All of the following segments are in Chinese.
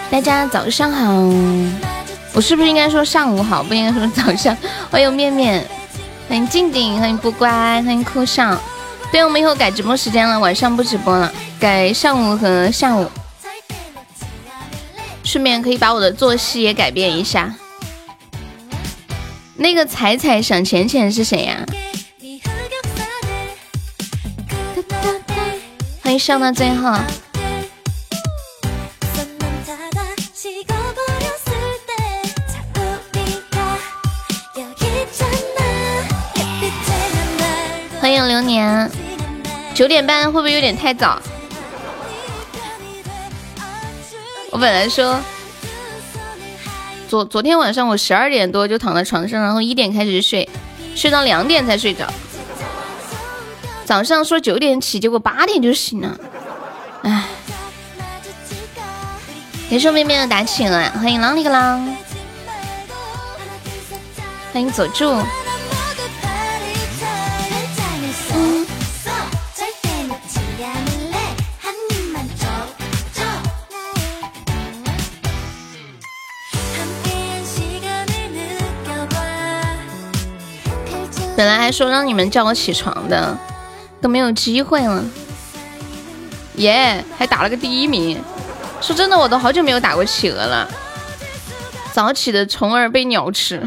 大家早上好，我是不是应该说上午好，不应该说早上？欢迎面面，欢迎静静，欢迎不乖，欢迎酷少。对，我们以后改直播时间了，晚上不直播了，改上午和下午。顺便可以把我的作息也改变一下。那个彩彩想浅浅是谁呀？欢迎上到最后。欢迎流年。9点半会不会有点太早？我本来说昨天晚上我12点多就躺在床上，然后1点开始睡，睡到2点才睡着。早上说9点起，结果8点就醒了。唉，别说妹妹的打起了，欢迎啷里个啷，欢迎佐助。本来还说让你们叫我起床的，都没有机会了。耶，还打了个第1名。说真的，我都好久没有打过企鹅了。早起的虫儿被鸟吃。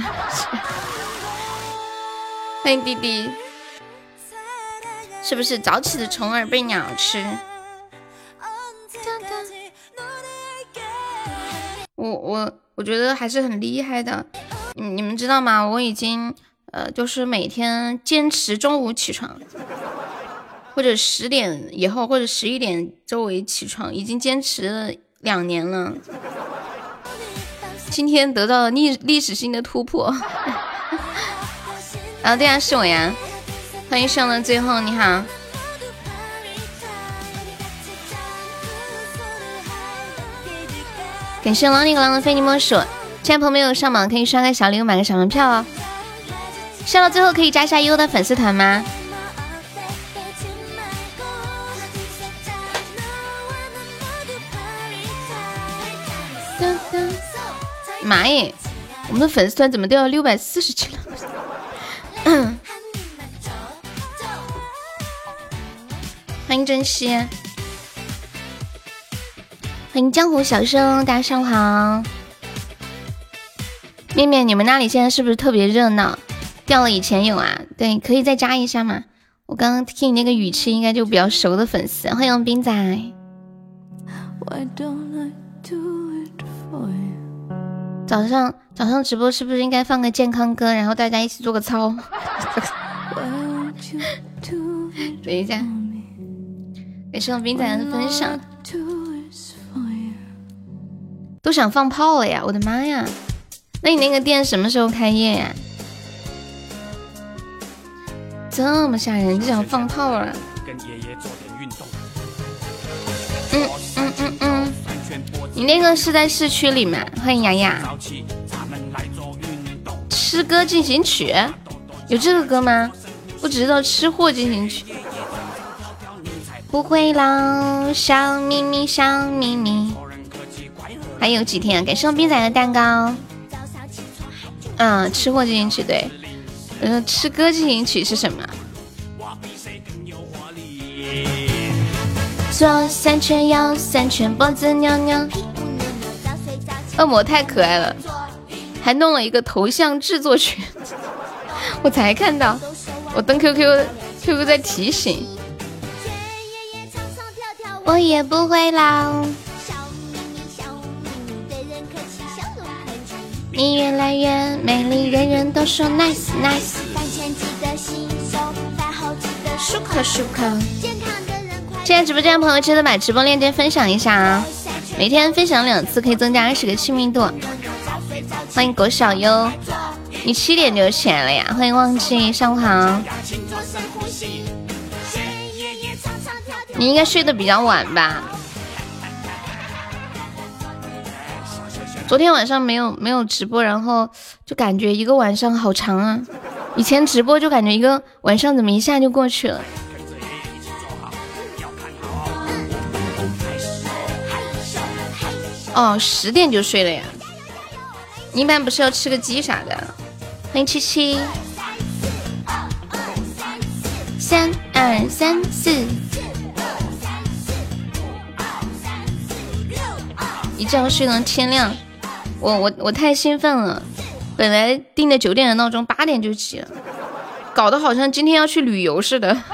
欢迎弟弟，是不是早起的虫儿被鸟吃？我觉得还是很厉害的。你们知道吗？我已经。就是每天坚持中午起床，或者10点以后，或者11点周围起床，已经坚持了2年了。今天得到了历史性的突破。啊，对呀，是我呀！欢迎上了最后，你好。感谢狼里个狼的非你莫属，亲爱朋友们有上榜可以刷个小礼物，买个小门票哦。上到最后可以加一下优的粉丝团吗？妈耶，我们的粉丝团怎么掉到640去了？欢迎珍惜，欢迎江湖小生，大家上午好。面面，你们那里现在是不是特别热闹？掉了以前有啊，对，可以再加一下嘛。我刚刚听你那个语气，应该就比较熟的粉丝。欢迎冰仔。早上直播是不是应该放个健康歌，然后大家一起做个操？等一下，感谢我冰仔的分享。都想放炮了呀！我的妈呀！那你那个店什么时候开业呀？这么吓人，就想放炮了。你那个是在市区里面？欢迎雅雅。吃歌进行曲有这个歌吗？我只知道吃货进行曲。不会老，小咪咪小咪咪。还有几天啊？感谢我冰仔的蛋糕。吃货进行曲对。吃歌进行曲是什么？左3圈，右3圈，脖子扭扭。恶魔太可爱了，还弄了一个头像制作群，我才看到。我登 QQ 在提醒。我也不会老。你越来越美丽，人人都说 nice nice。舒口舒口。现在直播间的朋友记得把直播链接分享一下啊！每天分享2次可以增加20个亲密度。欢迎狗小优，你7点就起来了呀？欢迎忘记，上午好。你应该睡得比较晚吧？昨天晚上没有直播，然后就感觉一个晚上好长啊！以前直播就感觉一个晚上怎么一下就过去了。 哦，10点就睡了呀？你一般不是要吃个鸡啥的？欢迎77。3、2、3、4，一觉睡到天亮。我太兴奋了，本来定的9点的闹钟8点就起了，搞得好像今天要去旅游似的。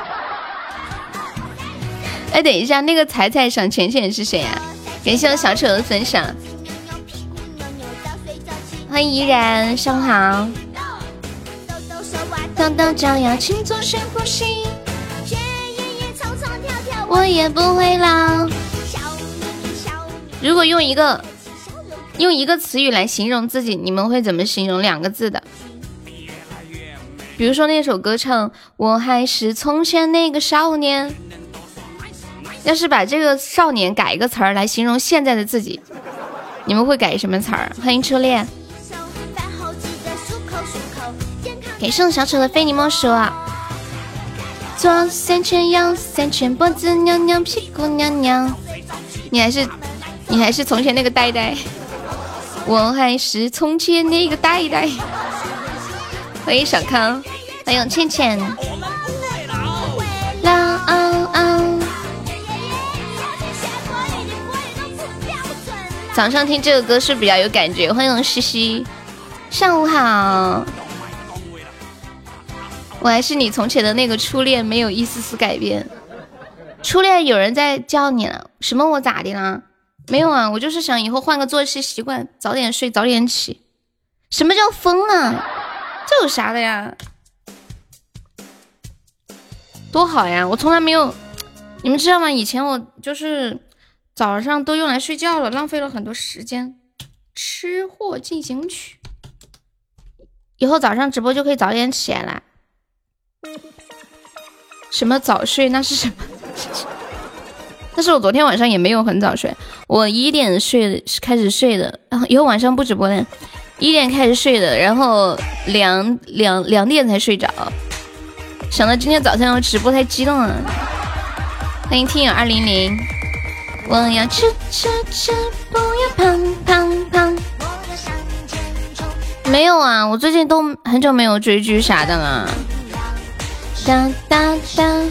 哎，等一下，那个彩彩赏浅浅是谁啊？感谢我小丑的分享。欢迎依然，上午好。等到朝阳，请做深呼吸。我也不会老。如果用一个词语来形容自己，你们会怎么形容2个字的？比如说那首歌唱我还是从前那个少年，要是把这个少年改一个词儿来形容现在的自己，你们会改什么词儿？欢迎初恋，给送小丑的非你莫属啊！左3圈右3圈，脖子扭扭，屁股扭扭。你还是从前那个呆呆，我还是从前那个呆呆。欢迎小康，欢迎倩倩。早上听这个歌是比较有感觉。欢迎西西，上午好。我还是你从前的那个初恋，没有一丝丝改变。初恋有人在叫你了？什么我咋的了？没有啊，我就是想以后换个作息习惯，早点睡早点起。什么叫疯啊？这有啥的呀？多好呀！我从来没有，你们知道吗？以前我就是早上都用来睡觉了，浪费了很多时间。吃货进行曲，以后早上直播就可以早点起来了。什么早睡？那是什么？但是我昨天晚上也没有很早睡，我1点开始睡的，然后以后晚上不直播了，1点开始睡的，然后2点才睡着。想到今天早上要直播，太激动了。欢迎听友200，我要吃，不要胖。没有啊，我最近都很久没有追剧啥的了。哒哒哒。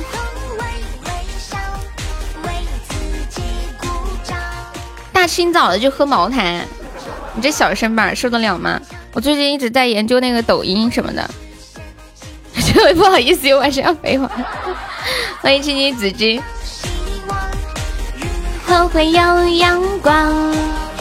大清早的就喝茅台，你这小身板受得了吗？我最近一直在研究那个抖音什么的，这位不好意思，有晚上要废话。欢迎青青子君，后会有阳光，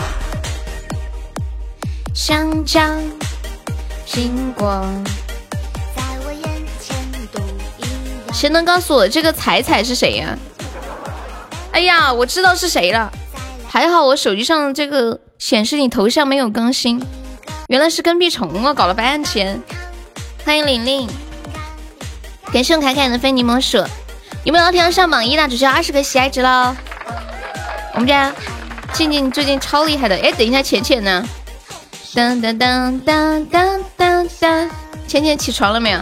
香蕉苹果，在我眼前独一。谁能告诉我这个彩彩是谁呀？哎呀，我知道是谁了。还好我手机上这个显示你头像没有更新，原来是跟屁虫啊，搞了半天。欢迎玲玲，感谢我凯凯的非你莫属。有没有天上榜1的？只需要20个喜爱值了。我们家静静最近超厉害的。哎，等一下，浅浅呢？当当当当当当当，浅浅起床了没有？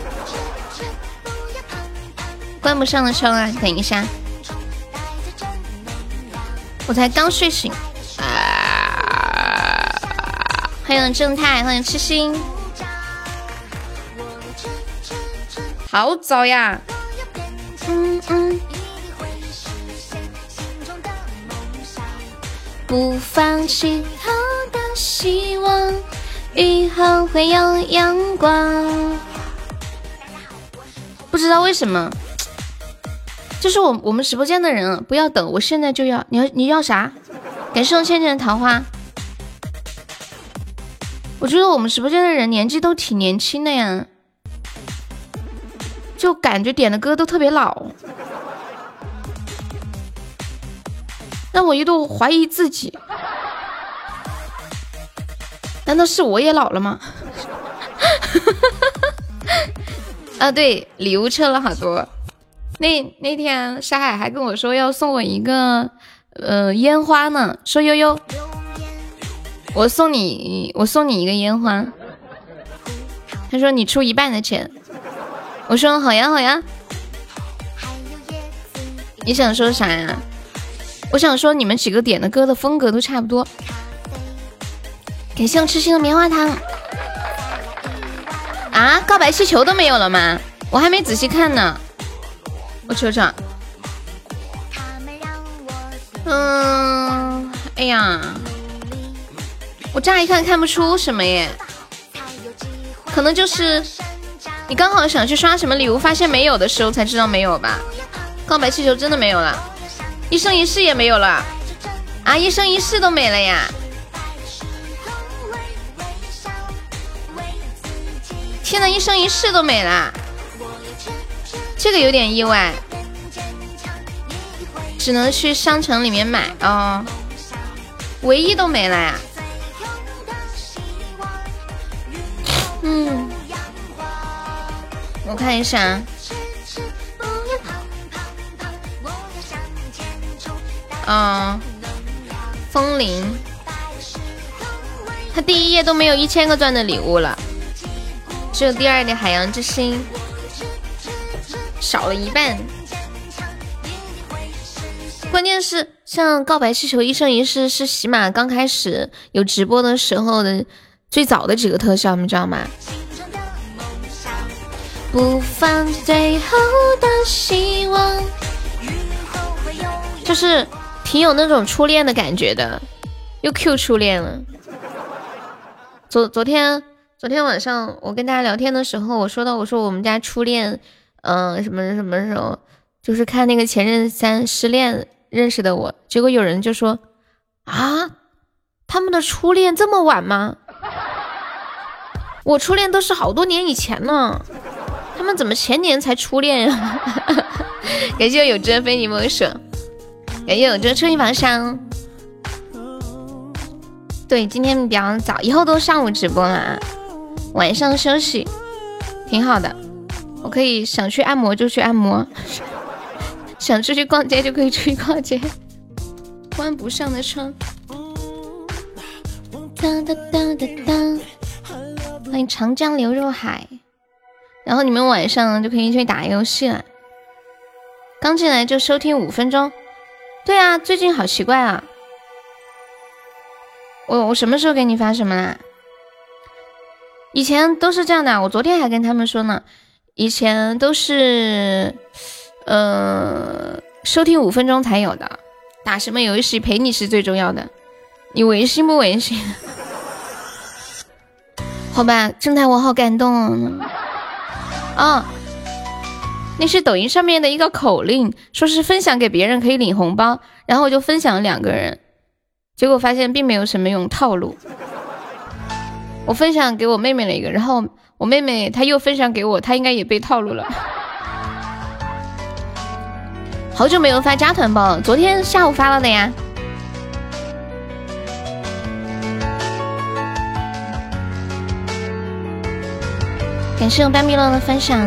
关不上的窗啊，等一下。我才刚睡醒啊！欢迎正太，欢迎痴心，好早呀！不放弃后的希望，以后会有阳光。不知道为什么。就是我们直播间的人啊，不要等，我现在就要。你要啥？感谢我倩倩的桃花。我觉得我们直播间的人年纪都挺年轻的呀，就感觉点的歌都特别老，让我一度怀疑自己，难道是我也老了吗？啊，对，礼物撤了好多。那天沙海还跟我说要送我一个烟花呢，说悠悠，我送你一个烟花。他说你出1半的钱，我说好呀好呀。你想说啥呀？ 我想说你们几个点的歌的风格都差不多。感谢我痴心的棉花糖。啊，告白气球都没有了吗？我还没仔细看呢，我瞅瞅。哎呀，我乍一看看不出什么耶，可能就是你刚好想去刷什么礼物，发现没有的时候才知道没有吧。告白气球真的没有了，一生一世也没有了啊，一生一世都没了呀。现在一生一世都没了，这个有点意外，只能去商城里面买哦。唯一都没了呀。我看一下，风铃，它第一页都没有1000个钻的礼物了。只有第2的海洋之心，少了一半。关键是像告白气球一生一世是喜马刚开始有直播的时候的最早的几个特效，你知道吗？不放最后的希望，就是挺有那种初恋的感觉的，又 Q 初恋了。昨天晚上我跟大家聊天的时候，我说我们家初恋，什么时候，就是看那个前任3失恋认识的我，结果有人就说啊，他们的初恋这么晚吗？我初恋都是好多年以前呢，他们怎么前年才初恋呀？感谢有真非你莫属，感谢有真初一房上。对，今天比较早，以后都上午直播了，晚上休息挺好的，我可以想去按摩就去按摩，想出去逛街就可以出去逛街。关不上的窗。欢迎长江流入海。然后你们晚上就可以去打游戏了。刚进来就收听5分钟。对啊，最近好奇怪啊。我什么时候给你发什么啦？以前都是这样的，我昨天还跟他们说呢，以前都是收听5分钟才有的。打什么游戏陪你是最重要的，你违心不违心？好吧，正太我好感动啊！那是抖音上面的一个口令，说是分享给别人可以领红包，然后我就分享了2个人，结果发现并没有什么用套路。我分享给我妹妹了一个，然后我妹妹她又分享给我，她应该也被套路了。好久没有发加团包了，昨天下午发了的呀。感谢我半米洛的分享。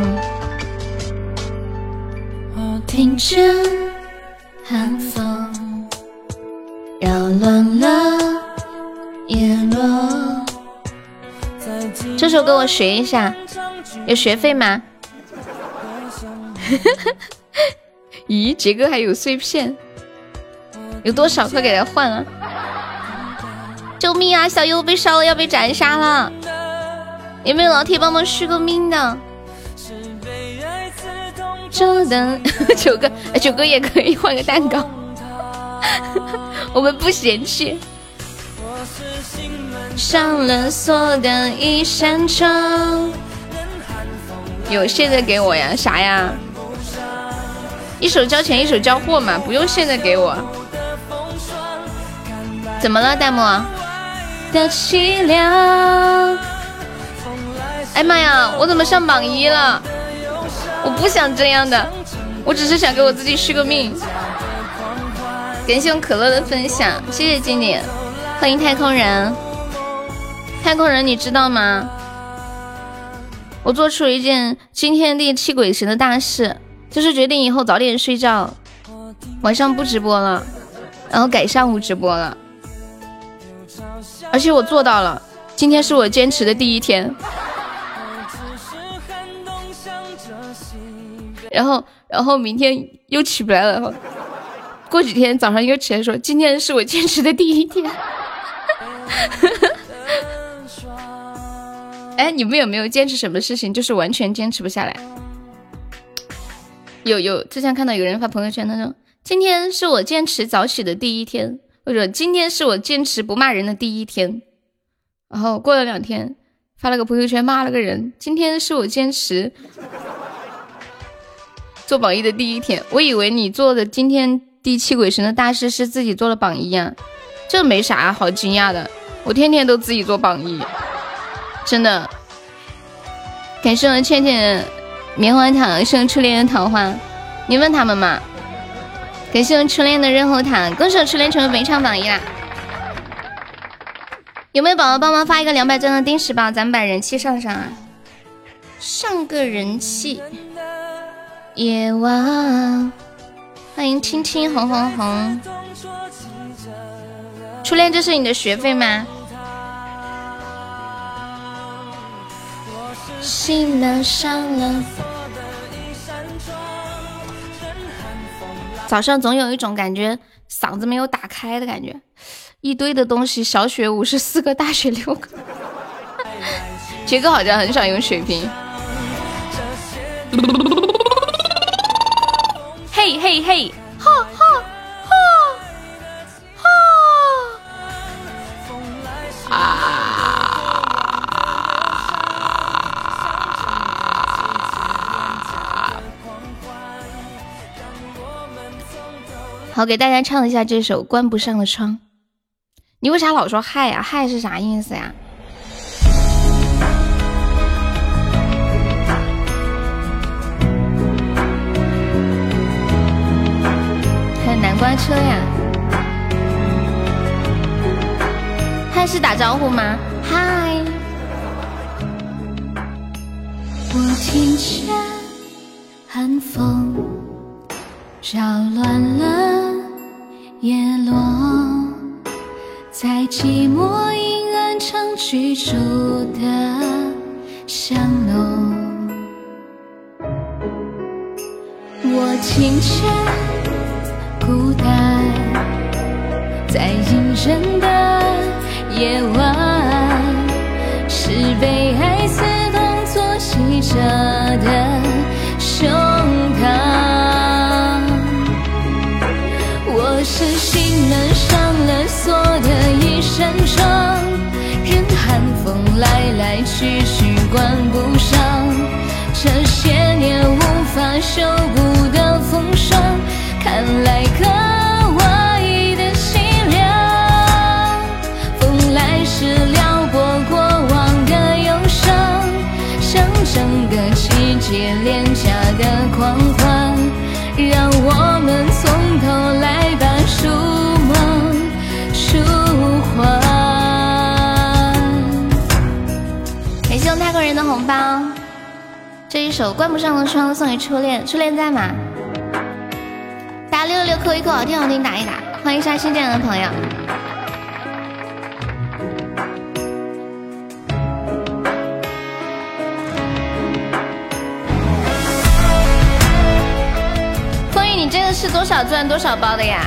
我听见寒风扰乱了叶落。这首歌我学一下，有学费吗？咦，杰哥还有碎片，有多少快给他换了？救命啊！小优被烧了，要被斩杀了！有没有老铁帮忙续个命的？九哥也可以换个蛋糕，我们不嫌弃。上了锁的一扇窗，有现在给我呀？啥呀？一手交钱一手交货嘛，不用现在给我。怎么了，弹幕？的凄凉。哎妈呀，我怎么上榜1了？我不想这样的，我只是想给我自己续个命。感谢我可乐的分享，谢谢经理，欢迎太空人。太空人，你知道吗？我做出了一件惊天地泣鬼神的大事，就是决定以后早点睡觉，晚上不直播了，然后改上午直播了。而且我做到了，今天是我坚持的第1天。然后明天又起不来了， 过几天早上又起来说今天是我坚持的第一天。哎，你们有没有坚持什么事情就是完全坚持不下来？有，之前看到有人发朋友圈，他说今天是我坚持早起的第一天，或者今天是我坚持不骂人的第一天。然后过了2天发了个朋友圈骂了个人，今天是我坚持做榜一的第一天。我以为你做的今天第7鬼神的大事是自己做了榜一啊，这没啥好惊讶的，我天天都自己做榜一，真的。感谢我倩倩棉花糖送初恋的桃花，你问他们嘛。感谢我初恋的润喉糖，恭喜我初恋成为本场榜一啦！有没有宝宝帮忙发一个200钻的定时包，咱们把人气上上啊，上个人气。夜晚，欢迎青青红红红。初恋，这是你的学费吗？醒了伤了。早上总有一种感觉嗓子没有打开的感觉，一堆的东西，小学54个，大学6个。杰哥好像很少用水瓶。嘿嘿嘿，哈哈哈哈啊！好，给大家唱一下这首《关不上的窗》。你为啥老说嗨呀？嗨是啥意思呀？还有南瓜车呀？嗨是打招呼吗？嗨。我听见寒风扰乱了叶落，在寂寞阴暗中居住的巷弄，我听见孤单在隐忍的夜晚，是被爱刺痛作息着的胸膛。我是心冷上了锁的一扇窗，任寒风来来去去关不上，这些年无法修补的风霜，看来格外的凄凉。风来时撩拨过往的忧伤，像整个季节廉价的狂欢，让我们从头来把书梦舒缓。感谢我泰国人的红包，这一首关不上的窗送给初恋。初恋在吗？打666扣一扣，好听好听打一打。欢迎杀新进来的朋友。你这个是多少钻多少包的呀？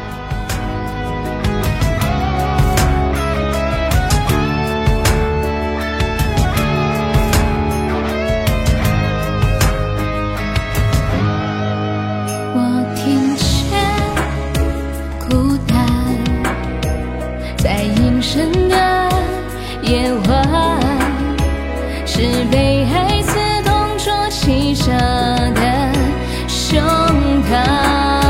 我听见孤单在隐身的夜晚，是被爱刺痛捉起着的胸膛。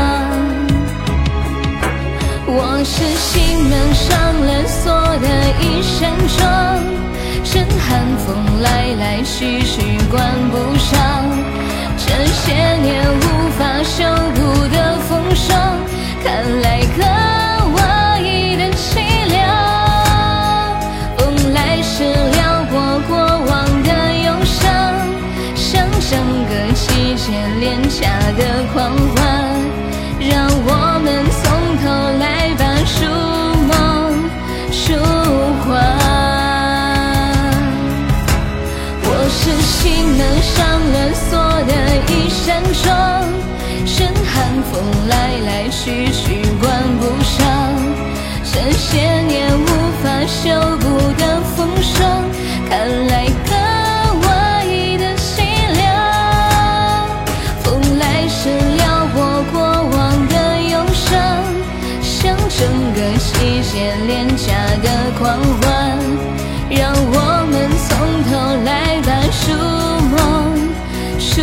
我是心门上了锁的一扇窗，任寒风来来去去关不上，这些年无法修补的风霜，看来格外的凄凉。风来时撩拨过往的忧伤，像整个季节廉价的狂欢，让我们从头来把书梦舒缓。我是心门上了锁的一扇窗，任寒寒风来来去去关不上，这些年无法修补的风霜，看来格外的凄凉。风来时撩拨过往的忧伤，像整个季节廉价的狂欢，让我们从头来把书梦书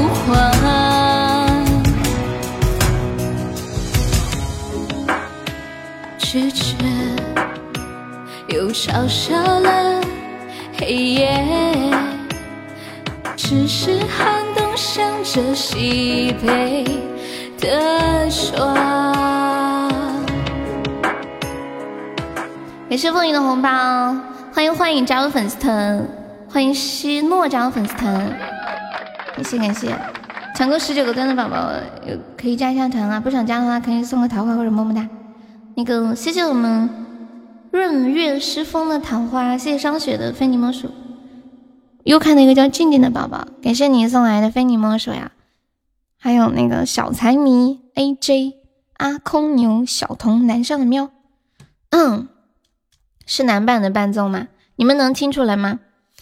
还。拒绝又嘲笑了黑夜，只是寒冬向着西北的霜。感谢风雨的红包，欢迎幻影加入粉丝团，欢迎希诺加入粉丝团，感谢感谢。抢够19个钻的宝宝可以加一下团啊，不想加的话可以送个桃花或者么么哒。那个谢谢我们润月诗风的桃花，谢谢霜雪的非你莫属。又看到一个叫静静的宝宝，感谢你送来的非你莫属呀。还有那个小财迷 AJ 阿空牛小童南上的喵，是男版的伴奏吗？你们能听出来吗？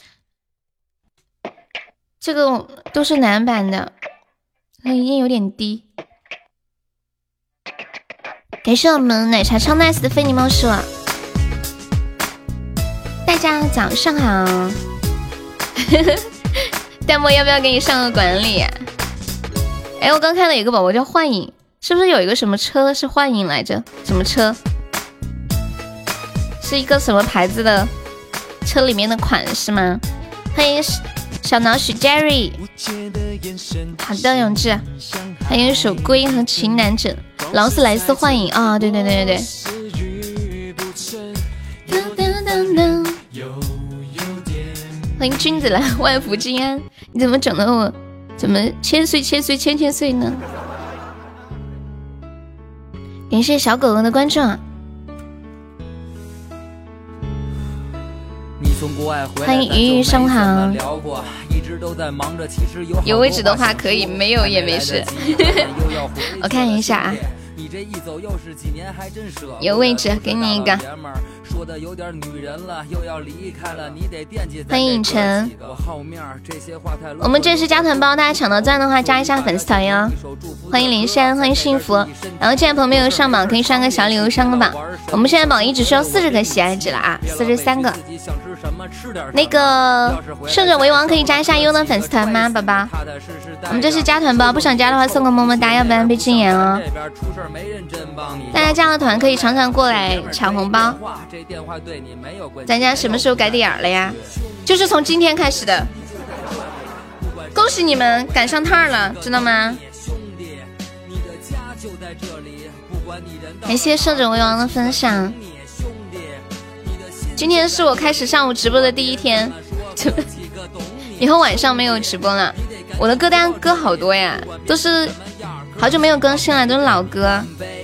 这个都是男版的，音有点低。感谢我们奶茶超 nice 的非你莫属，大家早上好。弹幕要不要给你上个管理啊？哎，我刚看到有个宝宝叫幻影，是不是有一个什么车是幻影来着？什么车？是一个什么牌子的车里面的款是吗？欢迎小脑许 Jerry。 好的永志，还有一首龟和情难枕，劳斯莱斯幻影啊，对对对对对。欢迎君子来万福金安，你怎么整的我怎么千岁千岁千千岁呢？感谢小狗狗的关注啊！欢迎鱼鱼上航。有位置的话可以，没有也没事。我看一下啊，有位置给你一个。欢迎影晨，我们这是加团包，大家抢到钻的话加一下粉丝团哟。欢迎林珊，欢迎幸福。然后现在朋友没有上榜可以上个小礼物上个榜，我们现在榜一只需要40个喜爱值了啊，43个。那个胜者为王可以加一下优的粉丝团吗，宝宝？我们这是加团包，不想加的话送个么么哒，要不然被禁言哦。大家加了团可以常常过来抢红包。咱家什么时候改点了呀？就是从今天开始的，恭喜你们赶上趟了，知道吗？感谢胜者为王的分享。今天是我开始上午直播的第一天，以后晚上没有直播了。我的歌单歌好多呀，都是好久没有更新了，都是老歌。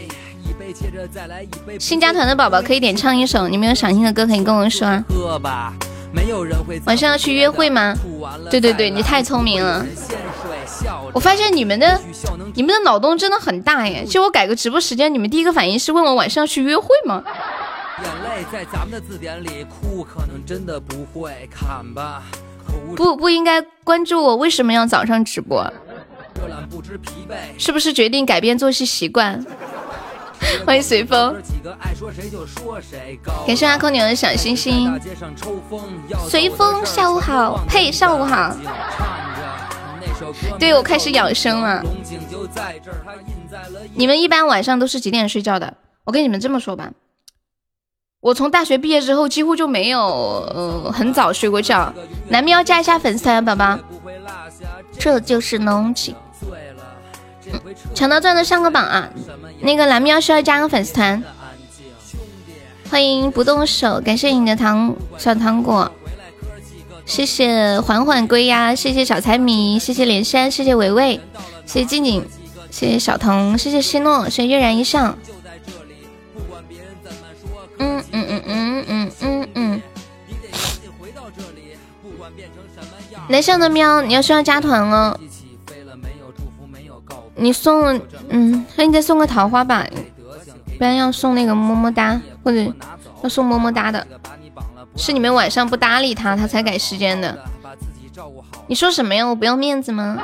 新加团的宝宝可以点唱一首，你们有想听的歌可以跟我说。晚上要去约会吗？对对对，你太聪明了。我发现你们的脑洞真的很大耶！就我改个直播时间，你们第一个反应是问我晚上去约会吗？眼泪在咱们的字典里，哭可能真的不会看吧。不应该关注我为什么要早上直播？是不是决定改变作息习惯？欢迎随风，感谢阿空牛的小星星。随风下午好，呸，上午好。对，我开始养生了。你们一般晚上都是几点睡觉的？我跟你们这么说吧，我从大学毕业之后几乎就没有很早睡过觉。男喵加一下粉丝团，宝宝。这就是浓情。抢到钻的上个榜啊！那个蓝喵需要加个粉丝团。欢迎不动手，感谢你的小糖果，谢谢缓缓归呀，谢谢小财迷，谢谢连山，谢谢维维，谢谢静静，谢谢小童，谢谢希诺，谢谢跃然一上。南上的喵，你要需要加团哦。 你送那你再送个桃花吧，不然要送那个么么哒，或者要送么么哒的，是你们晚上不搭理他，他才改时间的。你说什么呀？我不要面子吗？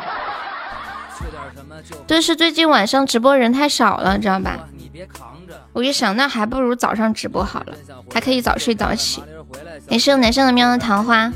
对，是最近晚上直播人太少了，知道吧？我一想，那还不如早上直播好了，还可以早睡早起。也是有男生的喵的桃花。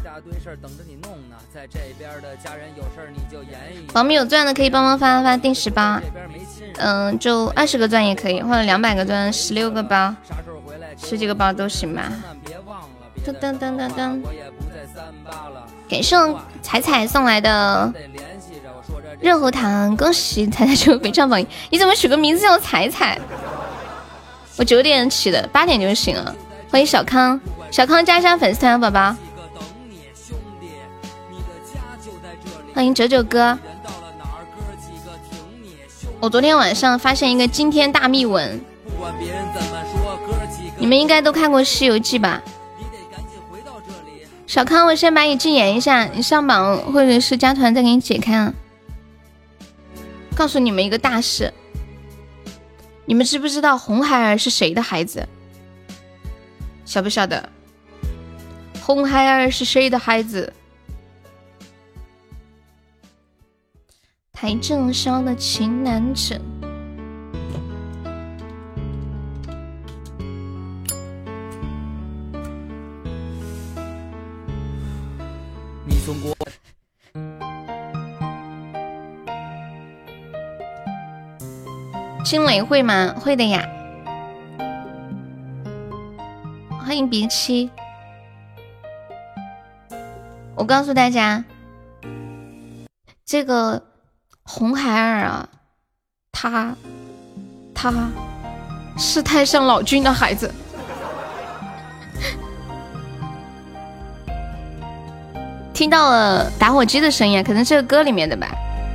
宝米有钻的可以帮忙发定时包，就20个钻也可以，或者200个钻，16个包，10几个包都行吧。噔噔噔噔噔，感谢彩彩送来的热乎糖，恭喜彩彩成为北上榜一。你怎么取个名字叫彩彩？我9点起的，8点就醒了。欢迎小康，小康加上粉丝团宝宝。欢迎99哥。我昨天晚上发现一个惊天大秘闻，你们应该都看过《西游记》吧？小康，我先把你禁言一下，你上榜或者是加团再给你解开啊。告诉你们一个大事，你们知不知道红孩儿是谁的孩子？晓不晓得？红孩儿是谁的孩子？太正宵的情难枕。你从国青磊会吗？会的呀。欢迎鼻七。我告诉大家，这个红孩儿啊，他是太上老君的孩子。听到了打火机的声音，可能这个歌里面的吧。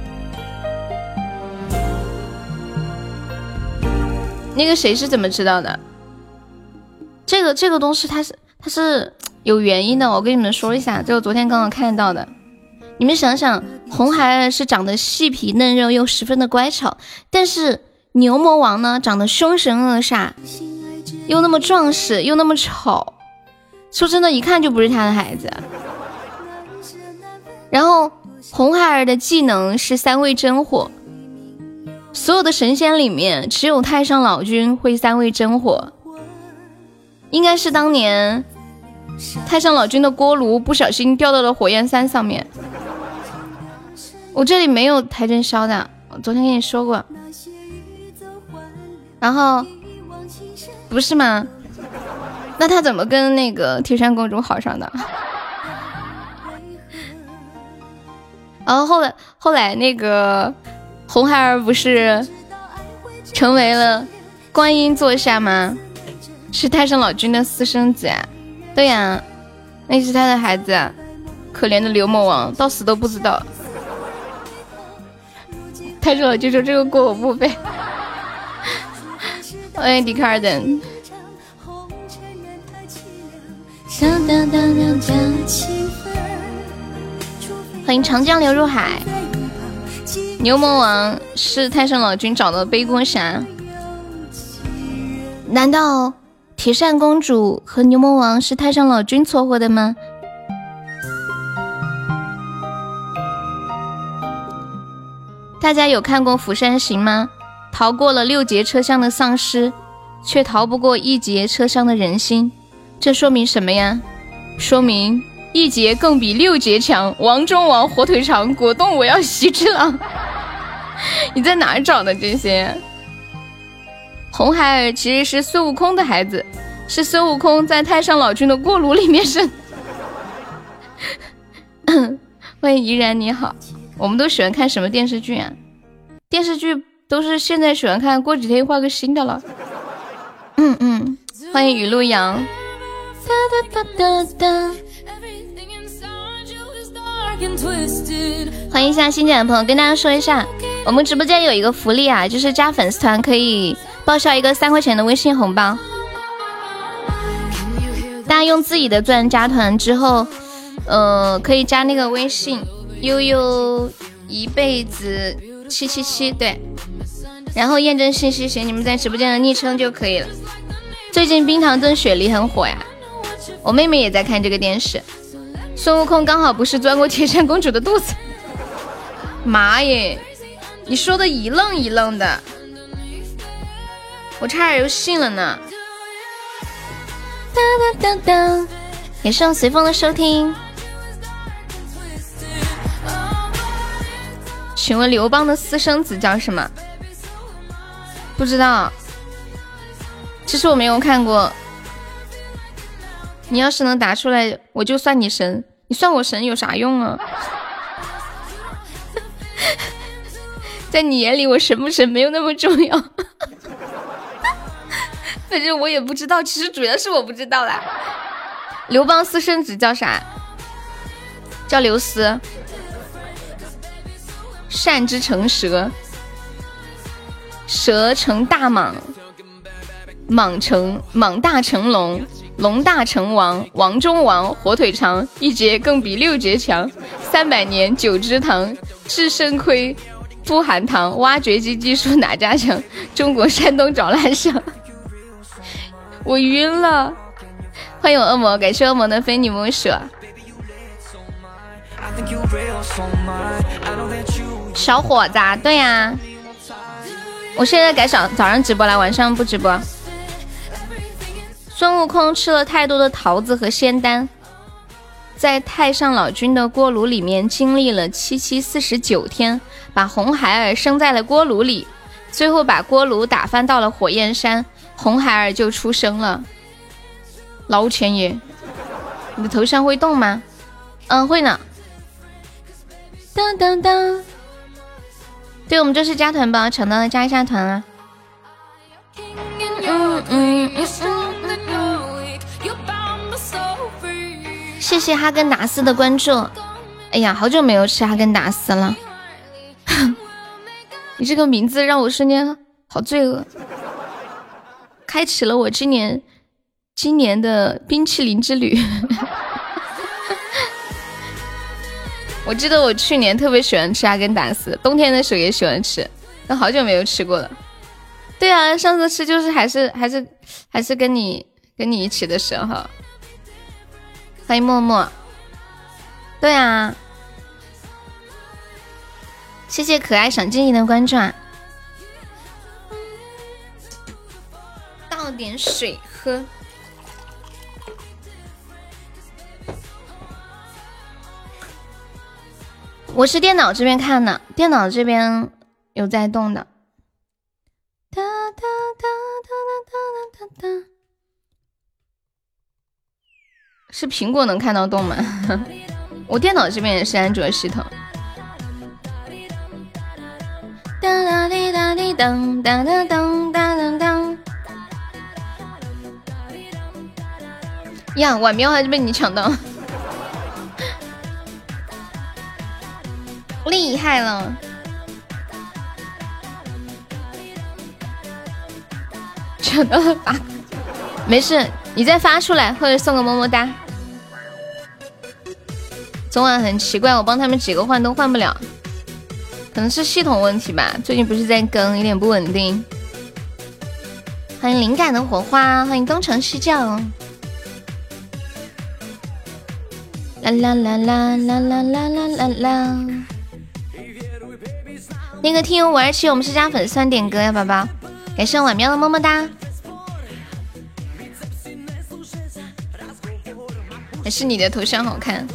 那个谁是怎么知道的？这个东西它是有原因的，我跟你们说一下，这我昨天刚刚看到的。你们想想，红孩儿是长得细皮嫩肉又十分的乖巧，但是牛魔王呢，长得凶神恶煞，又那么壮实，又那么丑，说真的，一看就不是他的孩子。然后红孩儿的技能是3味真火，所有的神仙里面只有太上老君会3味真火，应该是当年太上老君的锅炉不小心掉到了火焰山上面。我这里没有台真烧的，我昨天跟你说过。然后不是吗？那他怎么跟那个铁扇公主好上的？然后后来那个红孩儿不是成为了观音座下吗？是太上老君的私生子啊。对呀，那是他的孩子啊。可怜的牛魔王到死都不知道。太上老君说这个锅我不背。欢迎迪卡尔登。欢迎长江流入海。牛魔王是太上老君找的背锅侠，难道铁扇公主和牛魔王是太上老君撮合的吗？大家有看过《釜山行》吗？逃过了6节车厢的丧尸，却逃不过1节车厢的人心，这说明什么呀？说明1节更比6节强，王中王火腿肠，果冻我要袭之狼。你在哪儿找的这些？红孩儿其实是孙悟空的孩子，是孙悟空在太上老君的锅炉里面生。欢迎怡然你好。我们都喜欢看什么电视剧啊？电视剧都是现在喜欢看，过几天换个新的了。欢迎雨露阳。欢迎一下新进来的朋友，跟大家说一下，我们直播间有一个福利啊，就是加粉丝团可以报销一个3块钱的微信红包。大家用自己的钻加团之后，可以加那个微信悠悠一辈子 777对，然后验证信息写你们在直播间的昵称就可以了。最近冰糖炖雪梨很火呀，我妹妹也在看这个电视。孙悟空刚好不是钻过铁扇公主的肚子。妈耶，你说的一愣一愣的，我差点又信了呢。当当当当，也是随风的收听。请问刘邦的私生子叫什么？不知道，其实我没有看过。你要是能答出来，我就算你神。你算我神有啥用啊？在你眼里，我神不神没有那么重要。反正我也不知道，其实主要是我不知道啦。刘邦私生子叫啥？叫刘思。善之成蛇，蛇成大蟒，蟒大成龙，龙大成王，王中王，火腿肠，一节更比6节强，300年9支糖，治肾亏不含糖，挖掘机技术哪家强？中国山东找烂香。我晕了，欢迎我恶魔，感谢恶魔的非你莫属。小伙子，对呀，我现在改早上直播了，晚上不直播。孙悟空吃了太多的桃子和仙丹，在太上老君的锅炉里面经历了749天，把红孩儿生在了锅炉里，最后把锅炉打翻到了火焰山，红孩儿就出生了。老钱爷，你的头像会动吗？会呢。当当当，对，我们这是加团包，抢到了加一下团啊。谢谢哈根达斯的关注。哎呀，好久没有吃哈根达斯了。你这个名字让我瞬间好罪恶，开启了我今年的冰淇淋之旅。我记得我去年特别喜欢吃哈根达斯，冬天的时候也喜欢吃，但好久没有吃过了。对啊，上次吃就是还是跟你一起的时候。欢迎默默。对啊，谢谢可爱赏静怡的关注啊。倒点水喝。我是电脑这边看的，电脑这边有在动的。哒哒哒哒哒哒哒哒，是苹果能看到动吗？我电脑这边也是安卓系统。哒哒滴哒滴噔哒哒噔哒噔噔。呀，晚喵还是被你抢到。厉害了，抢到了8个，没事，你再发出来或者送个么么哒。昨晚很奇怪，我帮他们几个换都换不了，可能是系统问题吧，最近不是在更，有点不稳定。欢迎灵感的火花，欢迎东城西教。啦啦啦啦啦啦啦啦啦。那个听友527，我们是加粉丝点歌呀，宝宝，感谢晚喵的么么哒。还是你的头像好看。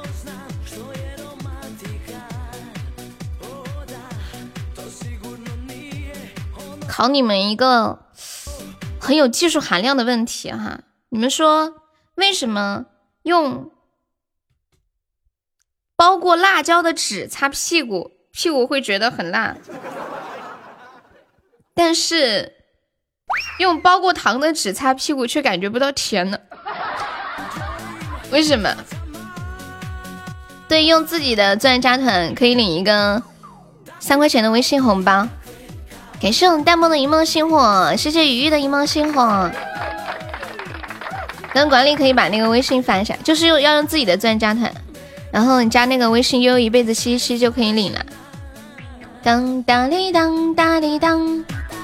考你们一个很有技术含量的问题哈，你们说为什么用包过辣椒的纸擦屁股，屁股会觉得很辣，但是用包过糖的纸擦屁股却感觉不到甜呢？为什么？对，用自己的钻加团可以领一个3块钱的微信红包。感谢我们弹幕的一梦星火，谢谢雨雨的一梦星火。等管理可以把那个微信发一下，就是要用自己的钻加团，然后你加那个微信悠悠一辈子777就可以领了。 当当哩当当哩当，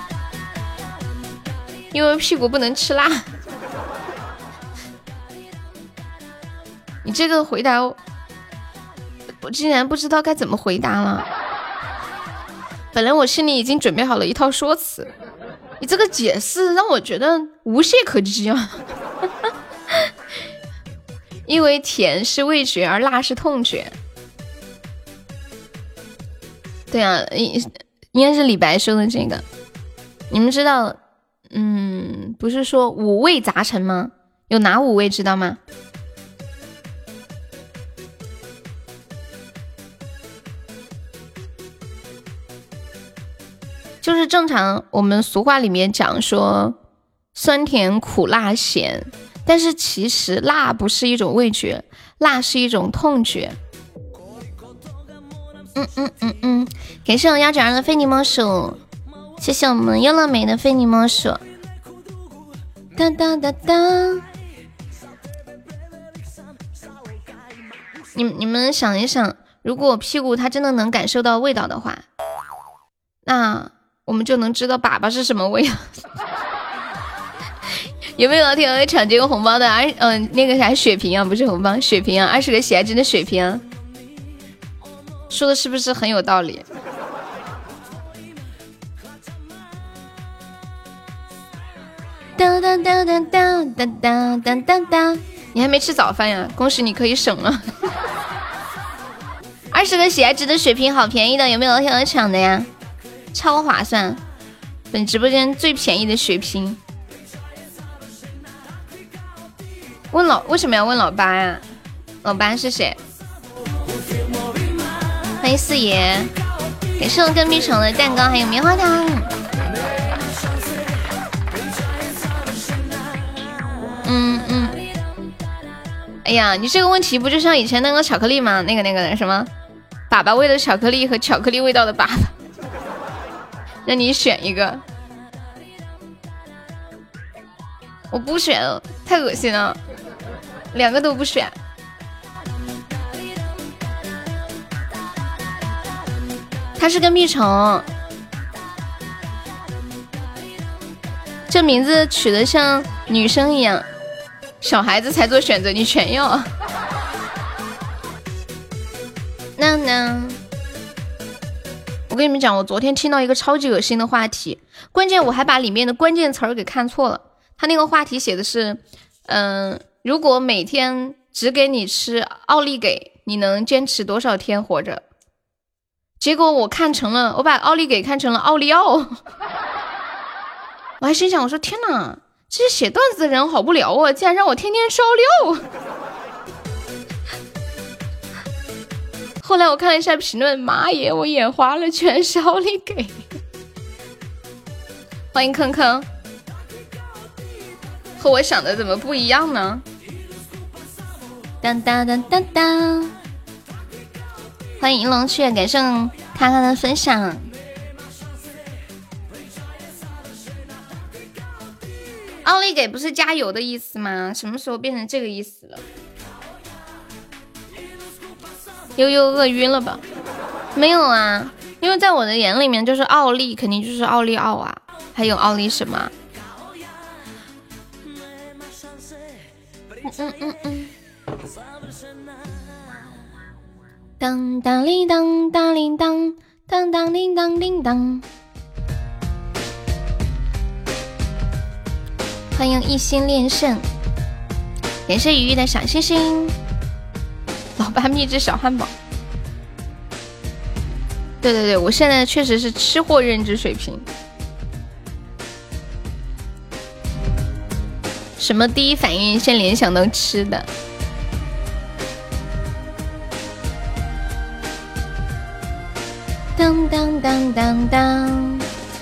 因为屁股不能吃辣。你这个回答，我竟然不知道该怎么回答了。本来我心里已经准备好了一套说辞，你这个解释让我觉得无懈可击啊。因为甜是味觉，而辣是痛觉。对啊，应该是李白说的这个。你们知道，不是说五味杂陈吗？有哪五味知道吗？就是正常我们俗话里面讲说酸甜苦辣咸，但是其实辣不是一种味觉，辣是一种痛觉。感谢我192的非你莫属，谢谢我们优乐美的非你莫属。当当当当，你们想一想，如果屁股它真的能感受到味道的话，那我们就能知道粑粑是什么味了。有没有老铁会抢这个红包的？那个啥血瓶啊，不是红包，血瓶啊，20个喜爱值的血瓶啊。说的是不是很有道理？当当当当当当当当当当，你还没吃早饭呀？恭喜你可以省了。20个喜爱值的血瓶好便宜的，有没有老铁要抢的呀？超划算，本直播间最便宜的血瓶。为什么要问老八呀？老八是谁？欢迎四爷，感谢我跟蜜虫的蛋糕还有棉花糖。哎呀，你这个问题不就像以前那个巧克力吗？那个什么，粑粑味的巧克力和巧克力味道的粑粑，让你选一个。我不选，太恶心了，两个都不选。他是个蜜虫，这名字取得像女生一样，小孩子才做选择，你全要。那我跟你们讲，我昨天听到一个超级恶心的话题，关键我还把里面的关键词儿给看错了。他那个话题写的是，如果每天只给你吃奥利给，你能坚持多少天活着？结果我把奥利给看成了奥利奥。我还心想，我说天哪，这些写段子的人好不聊啊，竟然让我天天吃奥利奥。后来我看了一下评论，妈耶，我眼花了，全是奥利给。欢迎坑坑，和我想的怎么不一样呢？当当当当当，欢迎银龙雀，感谢卡卡的分享。奥利给不是加油的意思吗？什么时候变成这个意思了？悠悠饿晕了吧？没有啊，因为在我的眼里面，就是奥利肯定就是奥利奥啊，还有奥利什么？当当铃当当铃当当当铃当铃当。欢迎一心炼圣，感谢鱼鱼的小星星。老爸秘制小汉堡。对，我现在确实是吃货认知水平。什么第一反应先联想到吃的？当当当当当。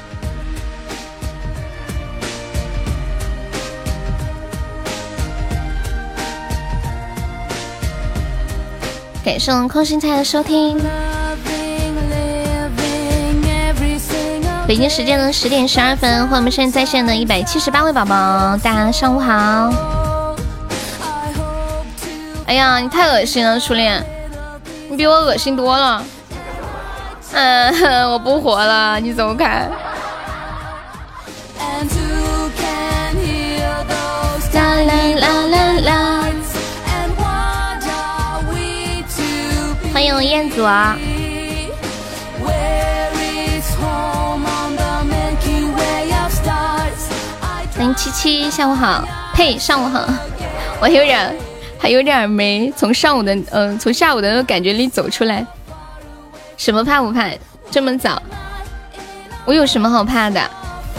感谢空心菜的收听。北京时间的10点12分，欢迎我们现在在线的178位宝宝，大家上午好。哎呀，你太恶心了，初恋，你比我恶心多了。 我不活了，你走开。啦啦啦啦啦！欢迎彦祖啊！077，下午好，呸，上午好。我还有点没从下午的那个感觉里走出来。什么怕不怕？这么早，我有什么好怕的？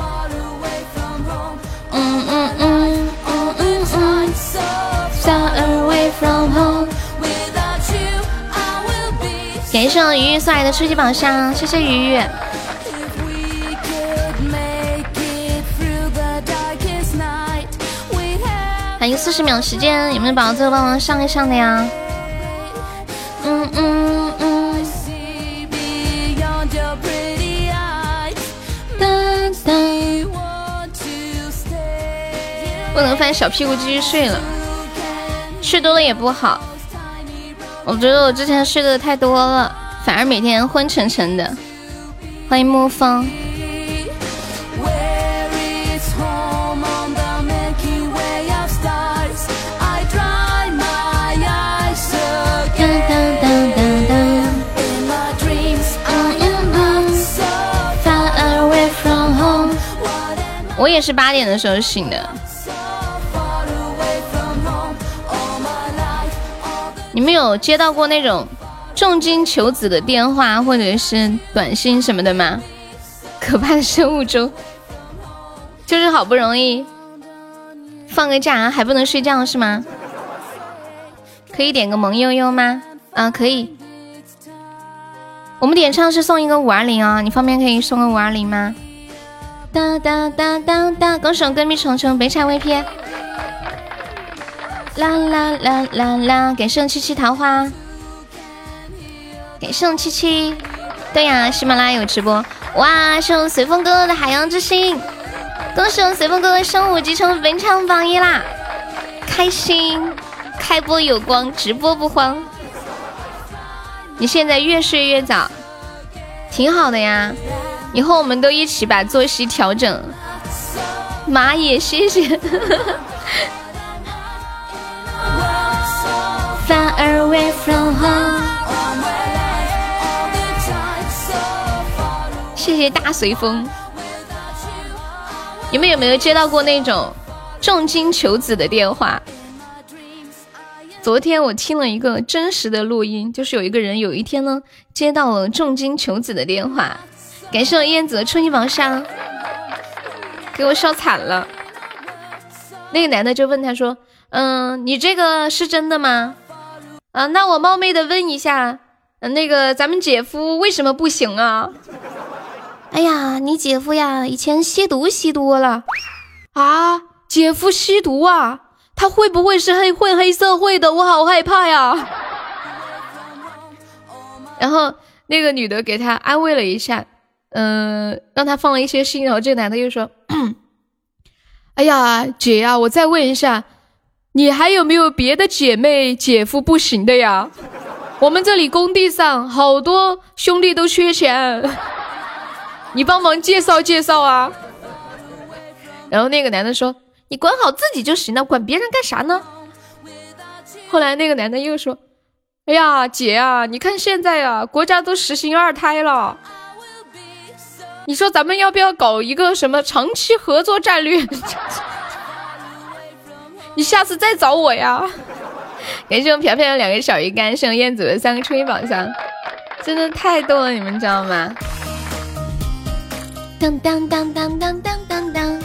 感谢我鱼鱼送来的初级宝箱，谢谢鱼鱼。还有40秒时间，有没有宝宝最后帮忙上一上的呀？不能翻小屁股继续睡了，睡多了也不好。我觉得我之前睡的太多了，反而每天昏沉沉的。欢迎沐风。我也是8点的时候醒的。你们有接到过那种重金求子的电话或者是短信什么的吗？可怕的生物钟，就是好不容易放个假还不能睡觉是吗？可以点个萌悠悠吗？可以。我们点唱是送一个520啊，你方便可以送个520吗？哒哒哒哒哒！恭喜我闺蜜虫虫北产 VP。啦啦啦啦啦！给圣77桃花，给圣77。对呀，喜马拉雅有直播。哇，是我随风哥哥的海洋之心，恭喜我随风哥哥升5级成本场榜1啦，开心！开播有光，直播不慌。你现在越睡越早，挺好的呀。以后我们都一起把作息调整。妈也谢谢。Far away from home， 谢谢大随风。你们有没有接到过那种重金求子的电话？昨天我听了一个真实的录音，就是有一个人有一天呢接到了重金求子的电话，感谢我燕子的初级宝箱，给我笑惨了。那个男的就问他说：“你这个是真的吗？那我冒昧的问一下，那个咱们姐夫为什么不行啊？”哎呀，你姐夫呀，以前吸毒吸多了啊！姐夫吸毒啊？他会不会是混黑社会的？我好害怕呀！然后那个女的给他安慰了一下，让他放了一些心。然后这个男的又说：“哎呀，姐呀，我再问一下，你还有没有别的姐妹姐夫不行的呀？我们这里工地上好多兄弟都缺钱，你帮忙介绍介绍啊。”然后那个男的说：“你管好自己就行了，管别人干啥呢？”后来那个男的又说：“哎呀，姐啊，你看现在啊，国家都实行2胎了，你说咱们要不要搞一个什么长期合作战略？你下次再找我呀。”感谢我飘飘的2个小鱼干，圣燕子的3个初级宝箱，真的太逗了，你们知道吗？当当当当当当当当。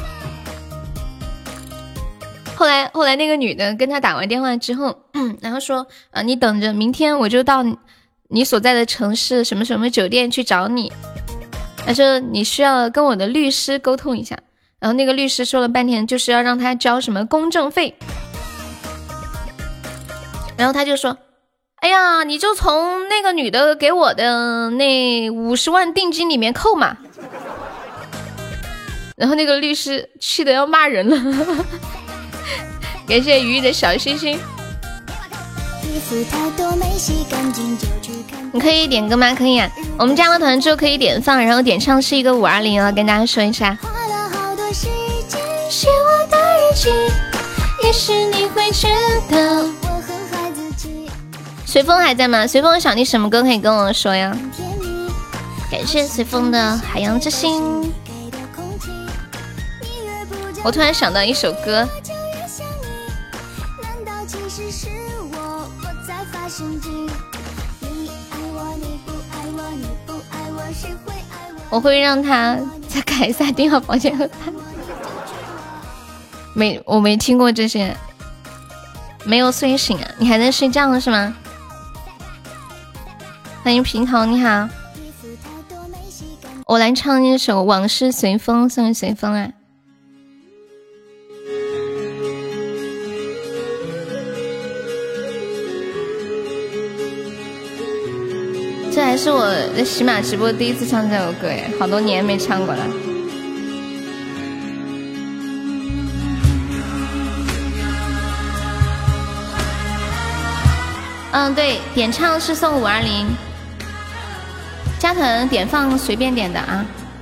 后来那个女的跟他打完电话之后，然后说：“你等着，明天我就到你所在的城市什么什么酒店去找你。”他说：“你需要跟我的律师沟通一下。”然后那个律师说了半天，就是要让他交什么公证费。然后他就说：“哎呀，你就从那个女的给我的那50万定金里面扣嘛。”然后那个律师气得要骂人了。感谢鱼的小星星。 你可以点歌吗？可以啊。我们加了团之后可以点放，然后点唱是一个520啊，跟大家说一下。写我的日记，也许你会觉得。随风还在吗？随风想听什么歌可以跟我说呀？感谢随风的海洋之心。我突然想到一首歌。我会让他再改一下订好房间和他。我没听过这些，没有睡醒啊？你还在睡觉是吗？欢迎平头，你好。我来唱一首《往事随风》，送给随风啊。这还是我在喜马直播第一次唱这首歌耶，好多年没唱过了。对，点唱是送520，加团点放随便点的啊。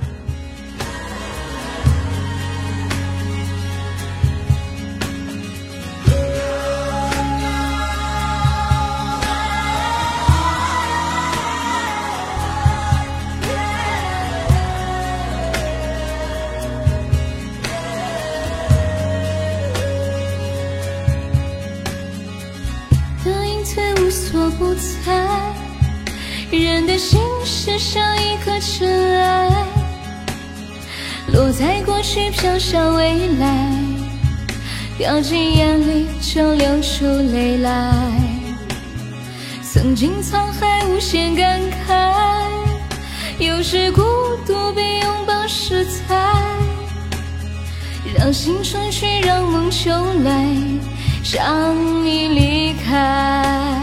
不在，人的心事像一颗尘埃，落在过去飘向未来，掉进眼里就流出泪来。曾经沧海无限感慨，有时孤独比拥抱实在，让青春去，让梦秋来，让你离开。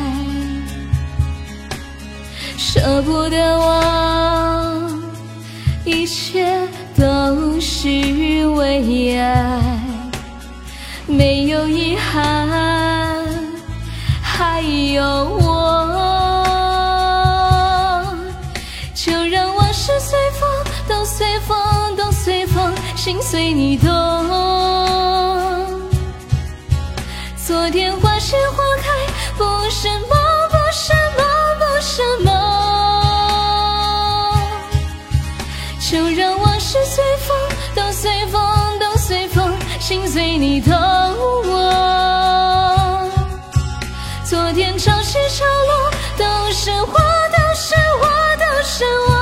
舍不得忘，一切都是为爱，没有遗憾，还有我。就让往事随风，都随风，都随风，心随你动。昨天花谢花开，不是梦，不是梦，不是梦。就让往事随风，都随风，都随风，心随你动。昨天潮起潮落，都是我，都是我，都是我。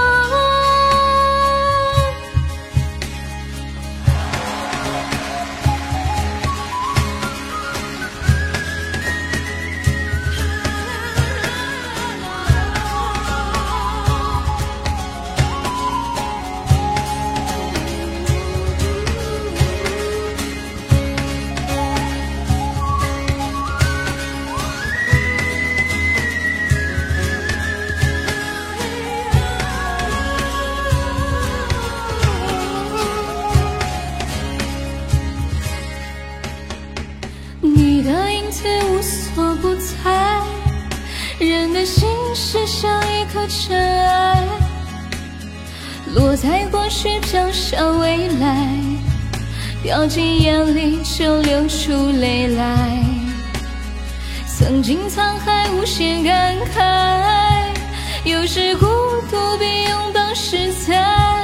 我不在，人的心事像一颗尘埃，落在过去飘向未来，掉进眼里就流出泪来。曾经沧海无限感慨，有时孤独比拥抱实在，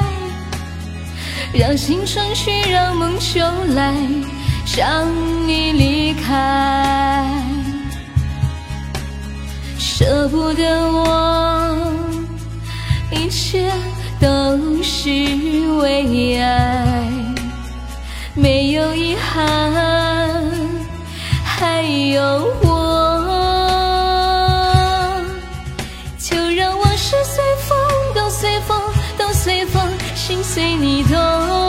让青春去，让梦秋来，让你离开。舍不得我，一切都是为爱，没有遗憾，还有我。就让往事随风，都随风，都随风，心随你动。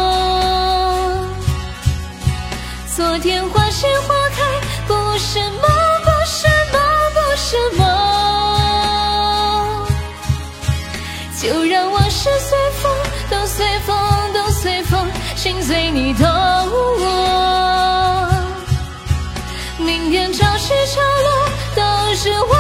昨天花谢花开，不是梦，不是梦，不是梦。就让往事随风，都随风，都随风，心随你动。明天潮起潮落，都是我。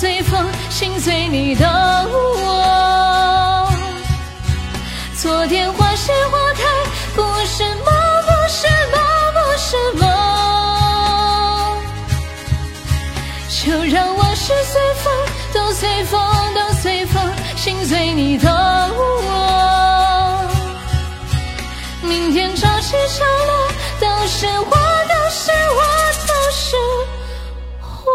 随风，心随你的我。昨天花谢花开，不是梦，不是梦，不是梦。就让往事随风，都随风，都随风，心随你的我。明天潮起潮落，都是我，都是我，都是我。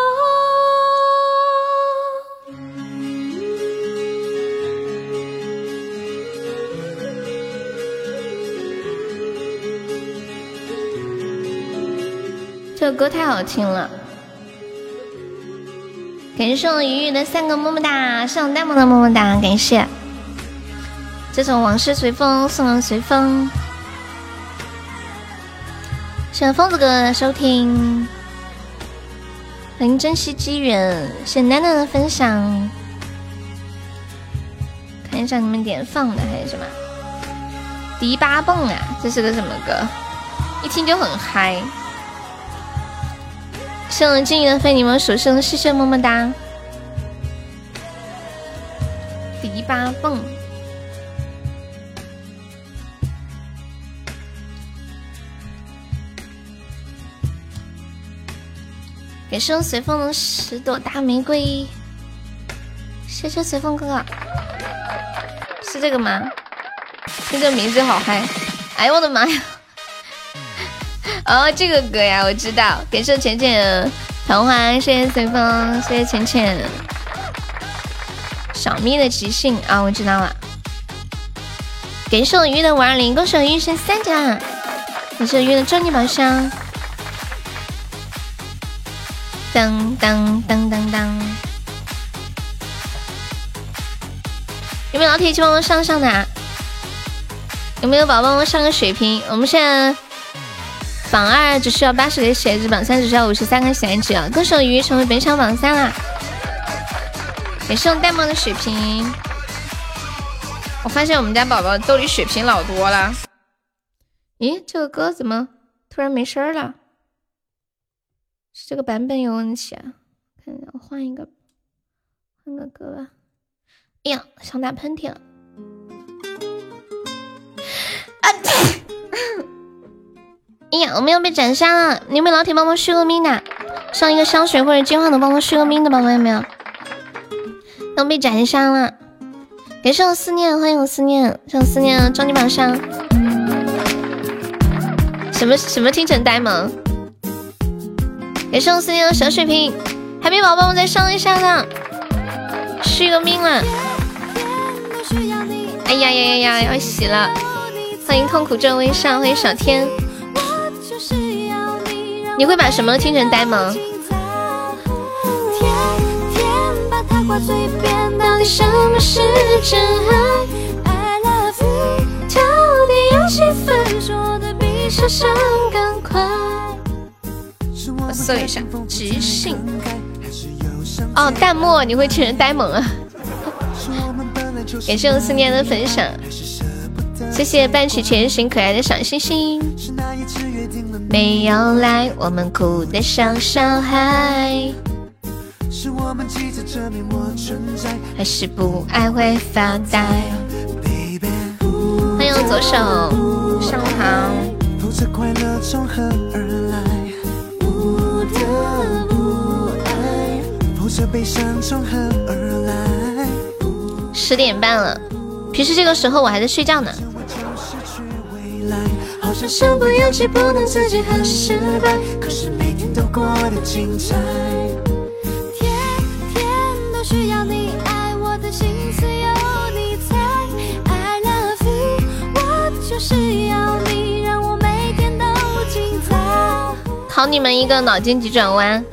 这个歌太好听了，感谢我鱼鱼的3个么么哒，上弹幕的么么哒，感谢。这首往事随风送人随风，谢谢疯子哥哥的收听，欢迎珍惜机缘，谢谢楠楠的分享。看一下你们点放的还是什么迪巴蹦啊，这是个什么歌？一听就很嗨。谢我静怡的飞你们属生，谢谢么么哒。迪巴蹦，给生随风的10朵大玫瑰，谢谢随风哥哥，是这个吗？听这名字好嗨！哎呦我的妈呀！哦，这个歌呀，我知道。感谢浅浅桃花，谢谢随风，谢谢浅浅。小咪的即兴啊，我知道了。感谢我鱼的520，恭喜我鱼升3奖。感谢我鱼的终极宝箱。当当当当当。有没有老铁一起帮我上上的啊？有没有宝宝帮我上个血瓶？我们现在榜2只需要80个血值，榜3只需要53个血值啊！恭喜我鱼成为本场榜3啦！也是用弹幕的血瓶。我发现我们家宝宝兜里血瓶老多了。咦，这个歌怎么突然没声了？是这个版本有问题啊？看一下，我换个歌吧。哎呀，想打喷嚏了。哎呀，我们要被斩杀了！你们老铁帮忙续个命的，上一个香水或者金话筒帮忙续个命的宝宝有没有？要被斩杀了！感谢我思念，欢迎我思念，上思念终极榜上。什么听成呆萌？感谢我思念的小水瓶，还没宝宝们再上一下呢，续个命了！哎呀呀呀呀，要洗了！欢迎痛苦正微笑，欢迎小天。你会把什么听成呆萌？到底什么是真爱 I love you 到底有几分说的比想象更快。我搜一下即兴哦，弹幕你会听成呆萌啊。感谢我思念的分享，谢谢伴曲前行可爱的小星星。没有来我们哭得像小孩，是我们急着证明我存在，还是不爱会发呆。欢迎我左手上行。10点半了，平时这个时候我还在睡觉呢。好像身不由己，不能自己很失败，可是每天都过得精彩。天天都需要你爱，我的心思有你猜。I love you， 我就是要你，让我每天都精彩。考你们一个脑筋急转弯，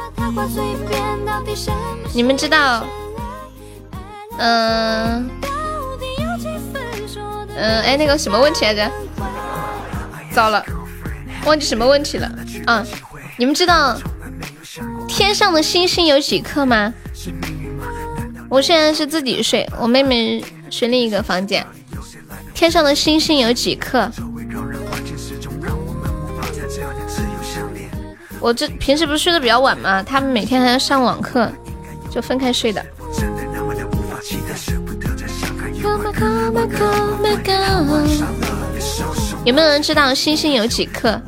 你们知道，哎，那个什么问题来着？糟了，忘记什么问题了啊！你们知道天上的星星有几颗吗？我现在是自己睡，我妹妹睡另一个房间。天上的星星有几颗？我这平时不是睡得比较晚吗？他们每天还要上网课， 就分开睡的。有没有人知道星星有几克？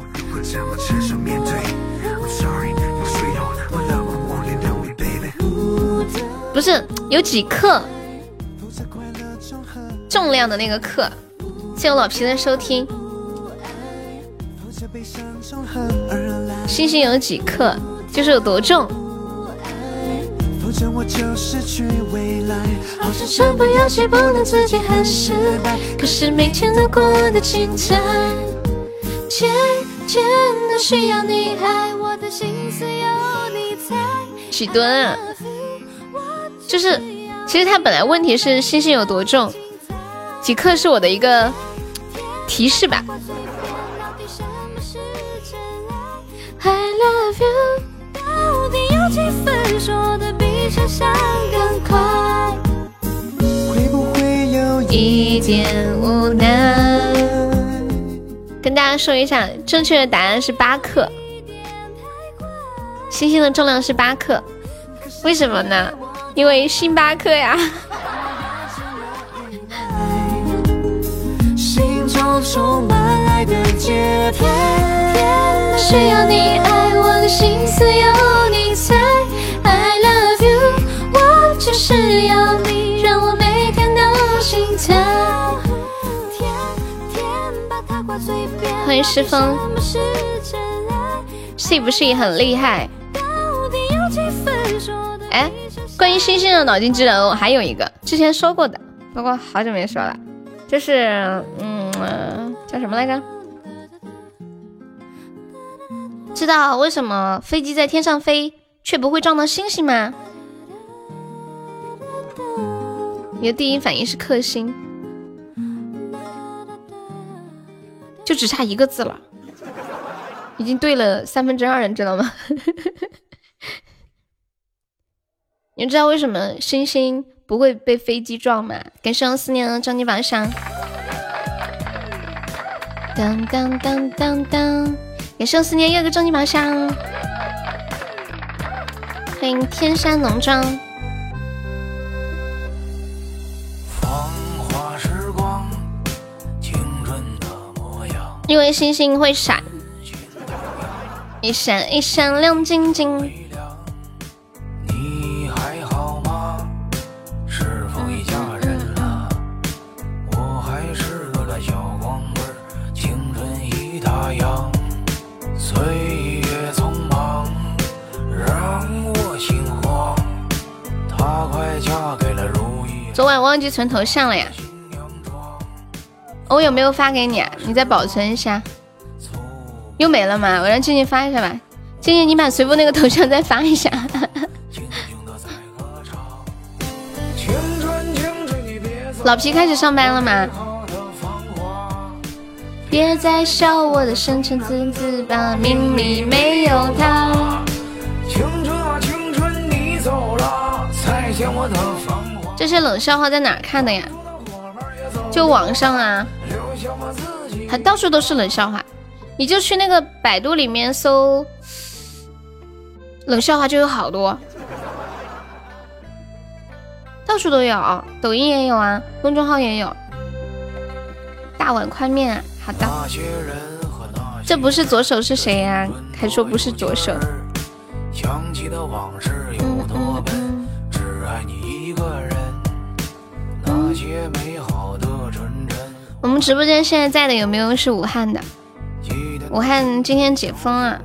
不是有几克重量的那个克。谢谢我老皮的收听。星星有几克就是有多重。好像身不由己，不能自己很失败，可是每天都过得精彩。渐渐的需要你爱，我的心思有你猜。几吨啊？就是其实它本来问题是星星有多重，几克是我的一个提示吧。I love you， 到底有几分说的比想象更快？会不会有一点无奈？跟大家说一下，正确的答案是8克。星星的重量是8克，为什么呢？因为星巴克呀。心中充满爱的节拍，需要你爱，我的心思有你猜。I love you， 我就是要你，让我每天都心跳。欢迎师风，是不是也很厉害？哎，关于星星的脑筋急转弯，我还有一个之前说过的，不过好久没说了，就是叫什么来着？知道为什么飞机在天上飞却不会撞到星星吗？你的第一反应是克星，就只差1个字了，已经对了2/3，你知道吗？你知道为什么星星不会被飞机撞吗？感谢我4年的终极宝箱。当当当当当，感谢我4年又一个终极宝箱。欢迎天山农庄。因为星星会闪，一闪一闪亮晶晶。你还好吗？是否已嫁人了？我还是个小光棍，青春已打烊，岁月匆忙，让我心慌。她快嫁给了如意。昨晚忘记存头像了呀。我有没有发给你啊？你再保存一下。又没了吗？我让静静发一下吧。静静，你把随风那个头像再发一下。老皮开始上班了吗？别再笑我的深沉自自吧，命里没有他。青春啊青春，你走了，再见我的繁华。这些冷笑话在哪儿看的呀？就网上啊，还到处都是冷笑话，你就去那个百度里面搜冷笑话就有好多，到处都有，抖音也有啊，公众号也有。大碗宽面啊，好的。这不是左手是谁呀？还说不是左手。想起的往事有多笨，只爱你一个人，那些美好的纯真。我们直播间现在在的有没有是武汉的？武汉今天解封啊！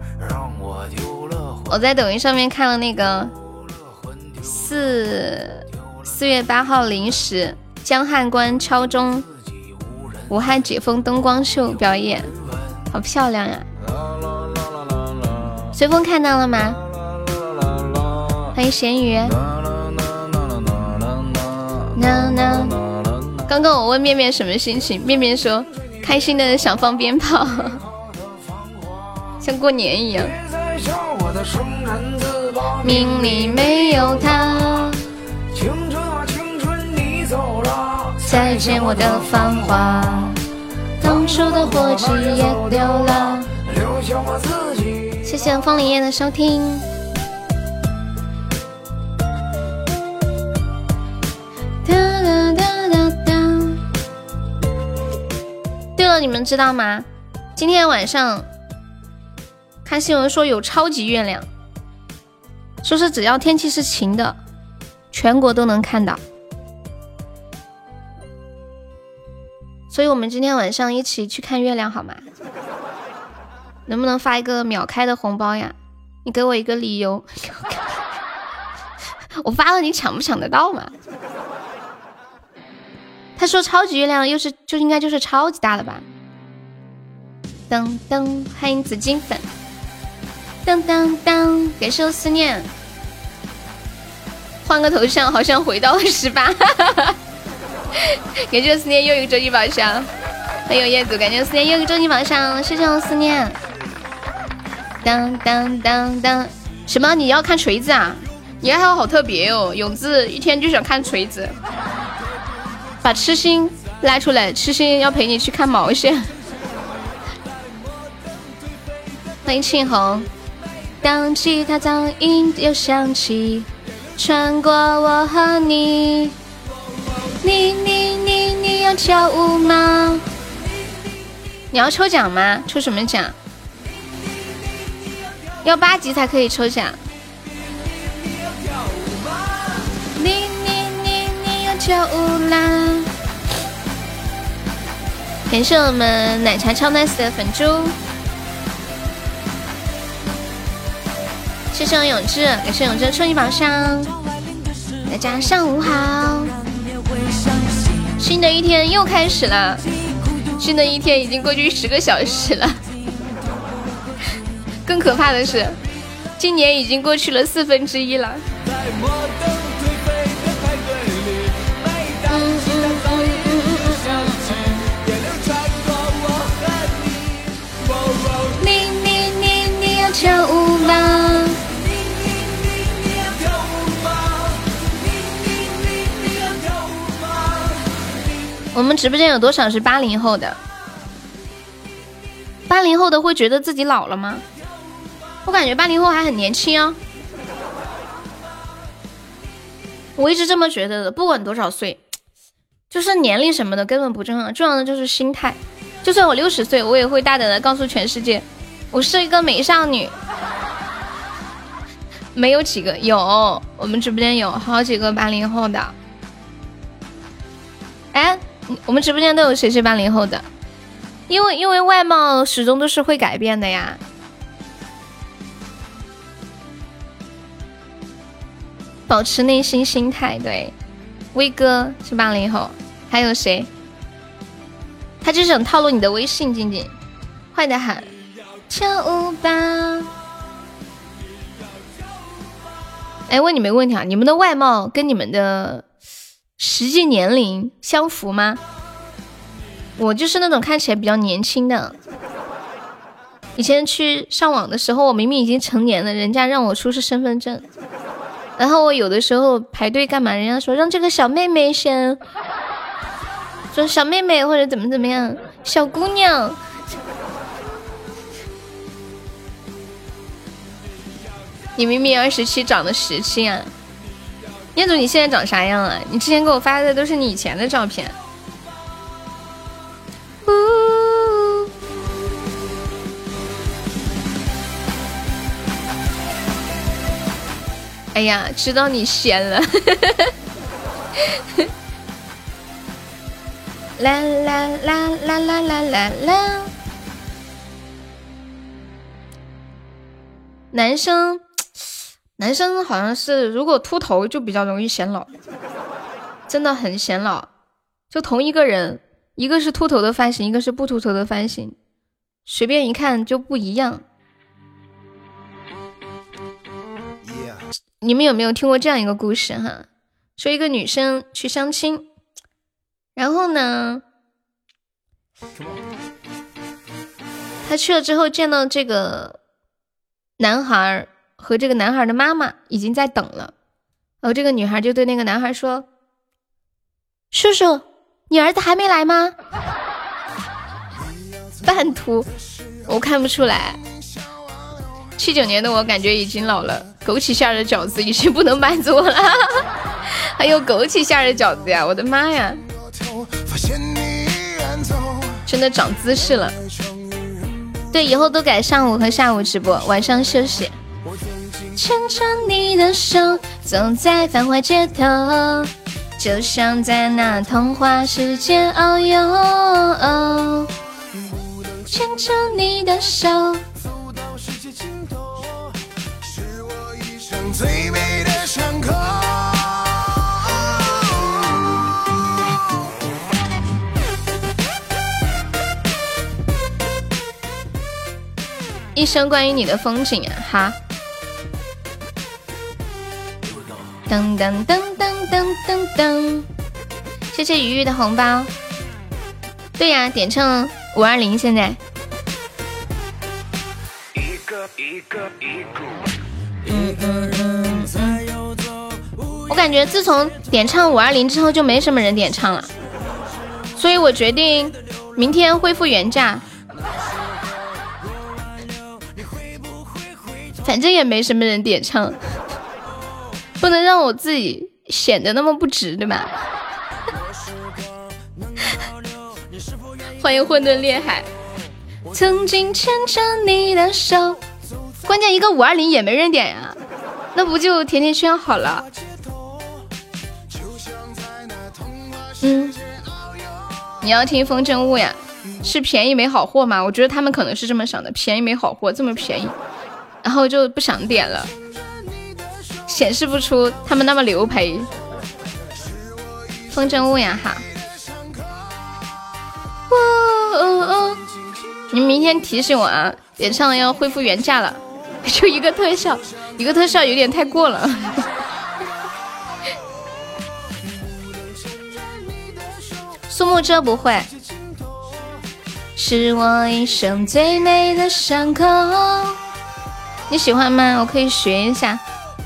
我在抖音上面看了那个4月8号0时江汉关敲钟，武汉解封灯光秀表演，好漂亮呀！随风看到了吗？欢迎咸鱼。刚刚我问面面什么心情，面面说开心的想放鞭炮，像过年一样。命里没有他，青春啊青春你走了，再见我的繁华，当初的火纸也丢了，留下我自己。谢谢风铃叶的收听。 了，你们知道吗？今天晚上看新闻说有超级月亮，说是只要天气是晴的，全国都能看到。所以我们今天晚上一起去看月亮好吗？能不能发一个秒开的红包呀？你给我一个理由。我发了你抢不抢得到嘛？他说超级月亮就应该就是超级大的吧。噔噔，欢迎紫金粉。噔噔噔，感谢我思念。换个头像好像回到了18。感谢思念又一个周一宝箱。欢迎叶子，感谢思念又一个周一宝箱，谢谢我思念。当当当当，什么？你要看锤子啊？你爱好好特别哦，永志一天就想看锤子。把痴心拉出来，痴心要陪你去看毛线。欢迎庆红。当吉他噪音又响起，穿过我和你。你要跳舞吗？你要抽奖吗？抽什么奖？要8级才可以抽奖。你要跳舞啦！感谢我们奶茶超 nice 的粉猪，谢谢我永志，感谢永志初一宝箱，大家上午好。新的一天又开始了，新的一天已经过去10个小时了。更可怕的是，今年已经过去了1/4了。你要跳舞吗？我们直播间有多少是80后的？80后的会觉得自己老了吗？我感觉80后还很年轻啊，我一直这么觉得的。不管多少岁，就是年龄什么的根本不重要，重要的就是心态。就算我60岁，我也会大胆的告诉全世界，我是一个美少女。没有几个，有，我们直播间有好几个80后的。哎，我们直播间都有谁是80后的？因为外貌始终都是会改变的呀。保持内心心态，对。威哥是80后，还有谁？他就想套路你的微信，静静，坏得很。跳舞吧。哎，问你们个问题啊，你们的外貌跟你们的实际年龄相符吗？我就是那种看起来比较年轻的。以前去上网的时候，我明明已经成年了，人家让我出示身份证，然后我有的时候排队干嘛，人家说让这个小妹妹先，说小妹妹或者怎么样，小姑娘。你明明27，长得17啊！彦祖，你现在长啥样了？你之前给我发的都是你以前的照片。哎呀，知道你闲了。啦啦啦啦啦啦啦啦！男生好像是如果秃头就比较容易显老，真的很显老。就同一个人，一个是秃头的发型，一个是不秃头的发型，随便一看就不一样。你们有没有听过这样一个故事哈？说一个女生去相亲，然后呢，她去了之后见到这个男孩和这个男孩的妈妈已经在等了，然后这个女孩就对那个男孩说：“叔叔，你儿子还没来吗？”半秃，我看不出来。79年的我感觉已经老了，枸杞馅的饺子已经不能满足我了。还有枸杞馅的饺子呀，我的妈呀！ 真的长姿势了。对，以后都改上午和下午直播，晚上休息。牵着你的手，走在繁华街头，就像在那童话世界遨游。牵着你的手，走到世界尽头，是我一生最美的伤口。一生关于你的风景啊，哈！噔噔噔噔噔噔噔，谢谢鱼鱼的红包。对呀，点唱520现在。我感觉自从点唱520之后就没什么人点唱了，所以我决定明天恢复原价。反正也没什么人点唱，不能让我自己显得那么不值，对吧？欢迎混沌烈海，曾经牵着你的手，关键一个520也没人点呀，那不就甜甜圈好了？你要听风筝误呀？是便宜没好货吗？我觉得他们可能是这么想的，便宜没好货，这么便宜。然后就不想点了，显示不出他们那么牛赔。风筝误呀哈！你明天提醒我啊，点唱要恢复原价了，就一个特效，一个特效有点太过了。苏木遮不会，是我一生最美的伤口。你喜欢吗？我可以学一下。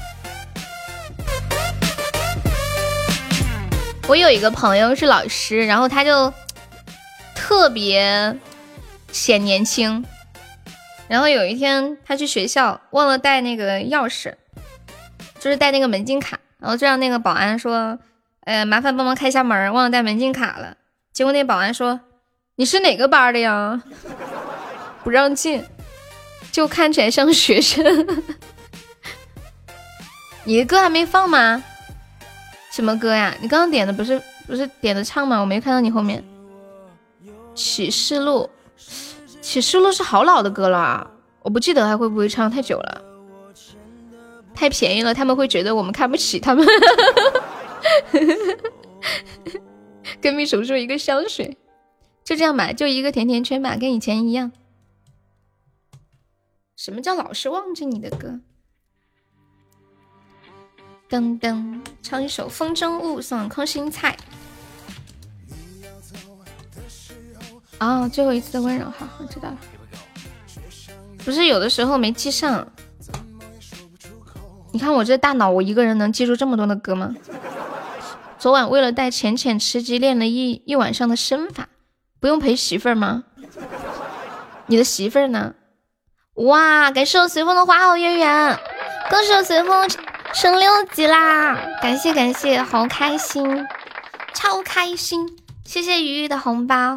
我有一个朋友是老师，然后他就特别显年轻。然后有一天他去学校忘了带那个钥匙，就是带那个门禁卡，然后就让那个保安说，麻烦帮忙开下门，忘了带门禁卡了。结果那保安说，你是哪个班的呀？不让进。就看起来像学生。你的歌还没放吗？什么歌呀？你刚刚点的不是点的唱吗？我没看到你后面。启示录，启示录是好老的歌了啊，我不记得还会不会唱，太久了，太便宜了，他们会觉得我们看不起他们。跟秘书说一个香水，就这样吧，就一个甜甜圈吧，跟以前一样。什么叫老是忘记你的歌？噔噔，唱一首《风筝误》送空心菜。哦，最后一次的温柔，好，我知道了。不是有的时候没记上，你看我这大脑，我一个人能记住这么多的歌吗？昨晚为了带浅浅吃鸡练了一晚上的身法，不用陪媳妇儿吗？你的媳妇儿呢？哇，感谢我随风的花好月圆，恭喜我随风升6级啦！感谢感谢，好开心，超开心！谢谢鱼鱼的红包。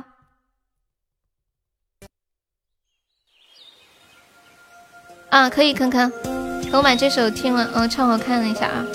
啊，可以坑坑，等我把这首听了，唱我看了一下啊。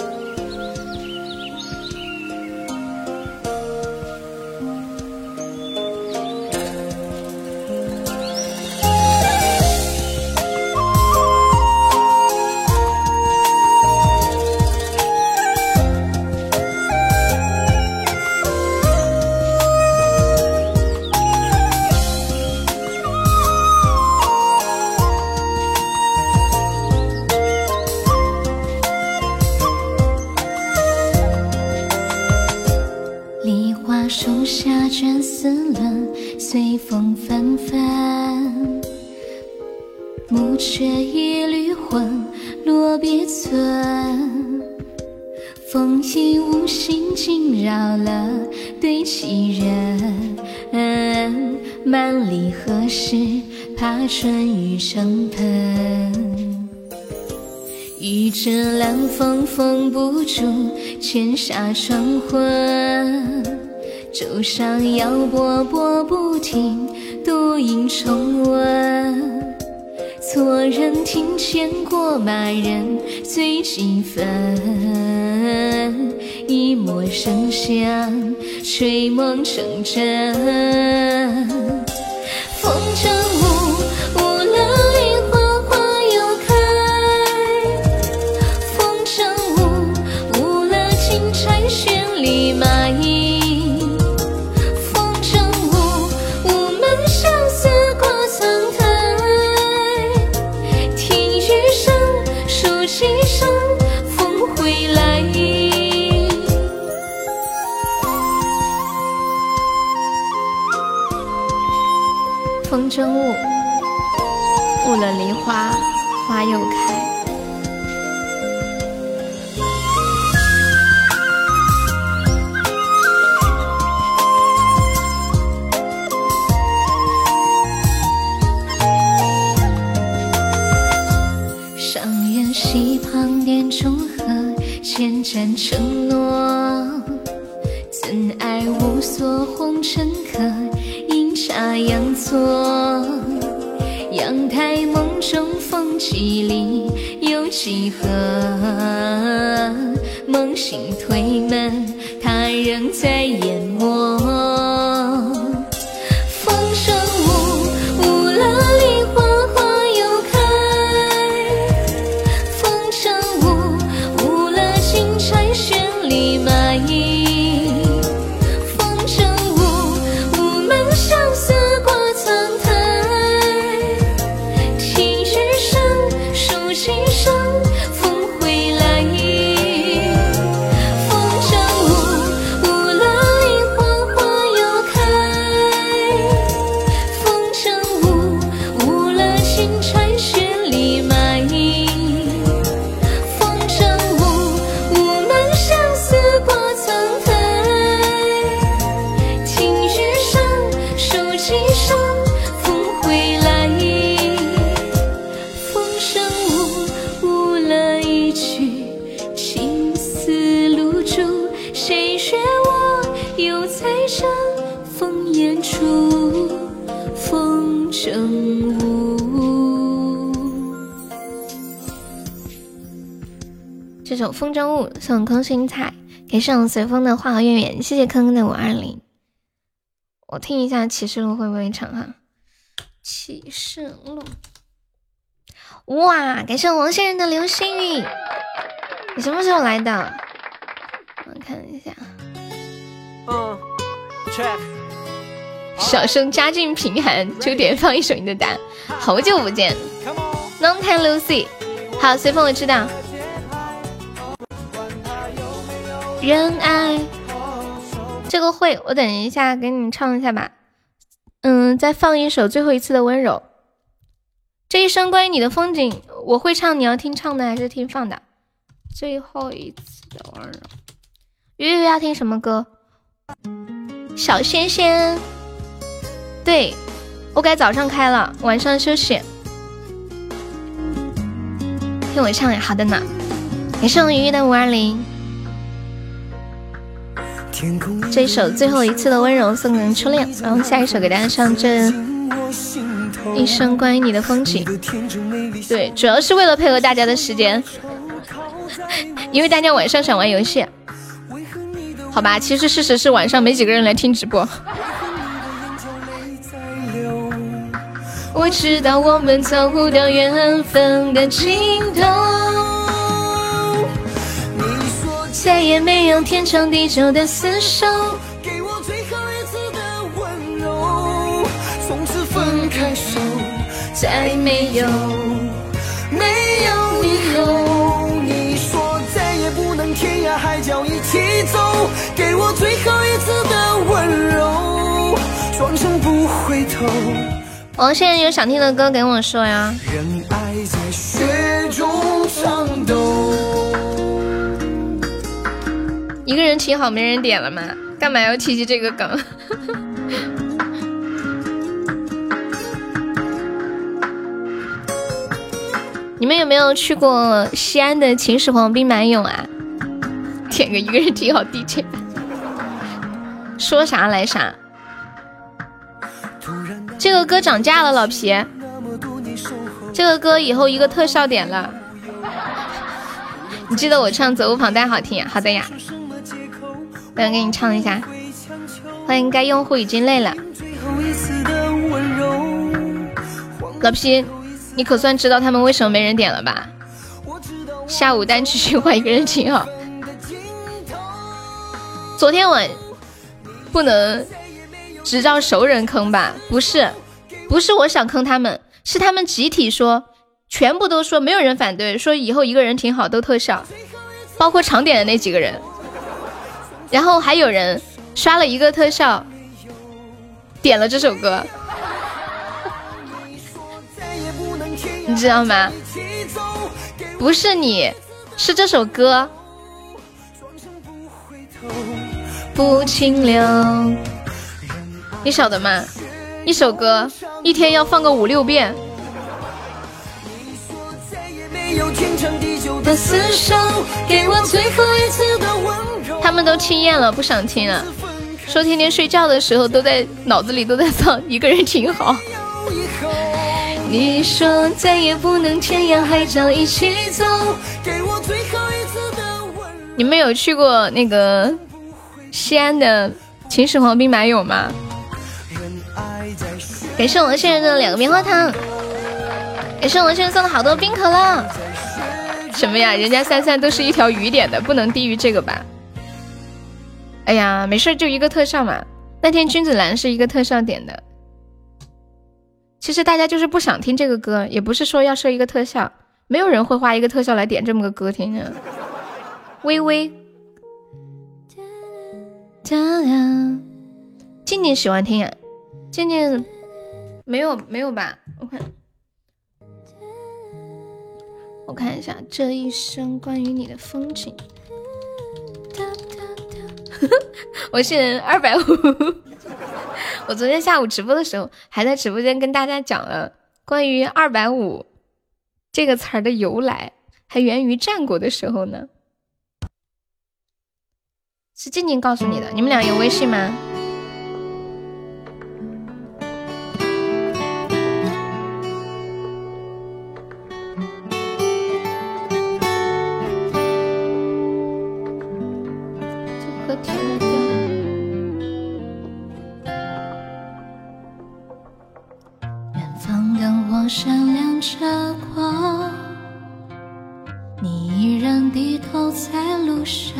树下卷丝纶，随风纷纷。暮却一缕魂，落别村。风影无心惊扰了对棋人，万里何时怕春雨成盆。一阵冷风封不住千纱窗魂， 舟上摇波波不停，独饮重温。错人听见过马人最几分，一抹生香吹梦成真。风筝舞，舞了梨花花又开，风筝舞，舞了金钗绚丽马衣，风筝舞，舞满相思过苍苔。数几声风回来，风筝舞，舞了梨花花又开。溪旁点中和，千盏承诺。怎爱无所红尘客，阴差阳错。阳台梦中风几里有几何？梦醒推门，他仍在淹没。风声舞，舞了梨花花又开。绚丽马衣，风筝舞，舞满相思过苍苔。听雨声，数几声风回来。风筝舞，舞了梨花花又开。风筝舞，舞了金钗绚丽马衣。风筝舞，相思过苍苔，听雨声，数几声风回来。风声舞，舞了一曲青丝露珠，谁学我又在这风眼处风筝舞。这首《风筝舞》送空心菜，给上随风的花好月圆，谢谢坑坑的520。我听一下启示录会不会唱哈？启示录，哇！感谢王先人的流星雨，你什么时候来的？我看一下。小生家境贫寒，就点放一首你的答案。好久不见 ，Long time no see。好，随风我知道。人爱，这个会，我等一下给你唱一下吧。再放一首最后一次的温柔。这一生关于你的风景，我会唱，你要听唱的还是听放的？最后一次的温柔。鱼鱼要听什么歌？小仙仙。对，我改早上开了，晚上休息。听我唱呀，好的呢。感谢我鱼鱼的520。这一首最后一次的温柔送给初恋，然后下一首给大家唱这一生关于你的风景。对，主要是为了配合大家的时间，因为大家晚上想玩游戏。好吧，其实事实是晚上没几个人来听直播。我知道我们走不到缘分的尽头，再也没有天长地久的厮守，给我最后一次的温柔，从此分开手，再没有以后。你说再也不能天涯海角一起走，给我最后一次的温柔，双生不回头。王先生有想听的歌给我说呀。人爱在雪中颤抖。一个人挺好，没人点了吗？干嘛要提起这个梗？你们有没有去过西安的秦始皇兵马俑啊？点个一个人挺好 DJ。 说啥来啥。这个歌涨价了，老皮，这个歌以后一个特效点了。你记得我唱责无旁贷好听呀？好的呀，我想给你唱一下。欢迎该用户已经累了。老皮，你可算知道他们为什么没人点了吧？下午单曲循环一个人挺好。昨天晚不能只招熟人坑吧？不是我想坑他们，是他们集体说，全部都说没有人反对，说以后一个人挺好，都特效，包括常点的那几个人。然后还有人刷了一个特效，点了这首歌，你知道吗？不是你，是这首歌。不清流，你晓得吗？一首歌一天要放个5、6遍。他们都听厌了，不想听了，说天天睡觉的时候都在脑子里都在放一个人挺好。你说再也不能天涯海角一起走，给我最后一次的温柔。你们有去过那个西安的秦始皇兵马俑吗？感谢我现在的2个棉花糖，感谢我现在送的好多冰可乐。什么呀，人家33都是一条鱼点的，不能低于这个吧？哎呀，没事，就一个特效嘛。那天君子兰是一个特效点的。其实大家就是不想听这个歌，也不是说要设一个特效，没有人会花一个特效来点这么个歌听的。微微静静喜欢听呀，静静没有吧？我看一下，这一生关于你的风景。我是250。我昨天下午直播的时候，还在直播间跟大家讲了关于250这个词儿的由来，还源于战国的时候呢。是静静告诉你的，你们俩有微信吗？闪亮着光，你依然低头在路上。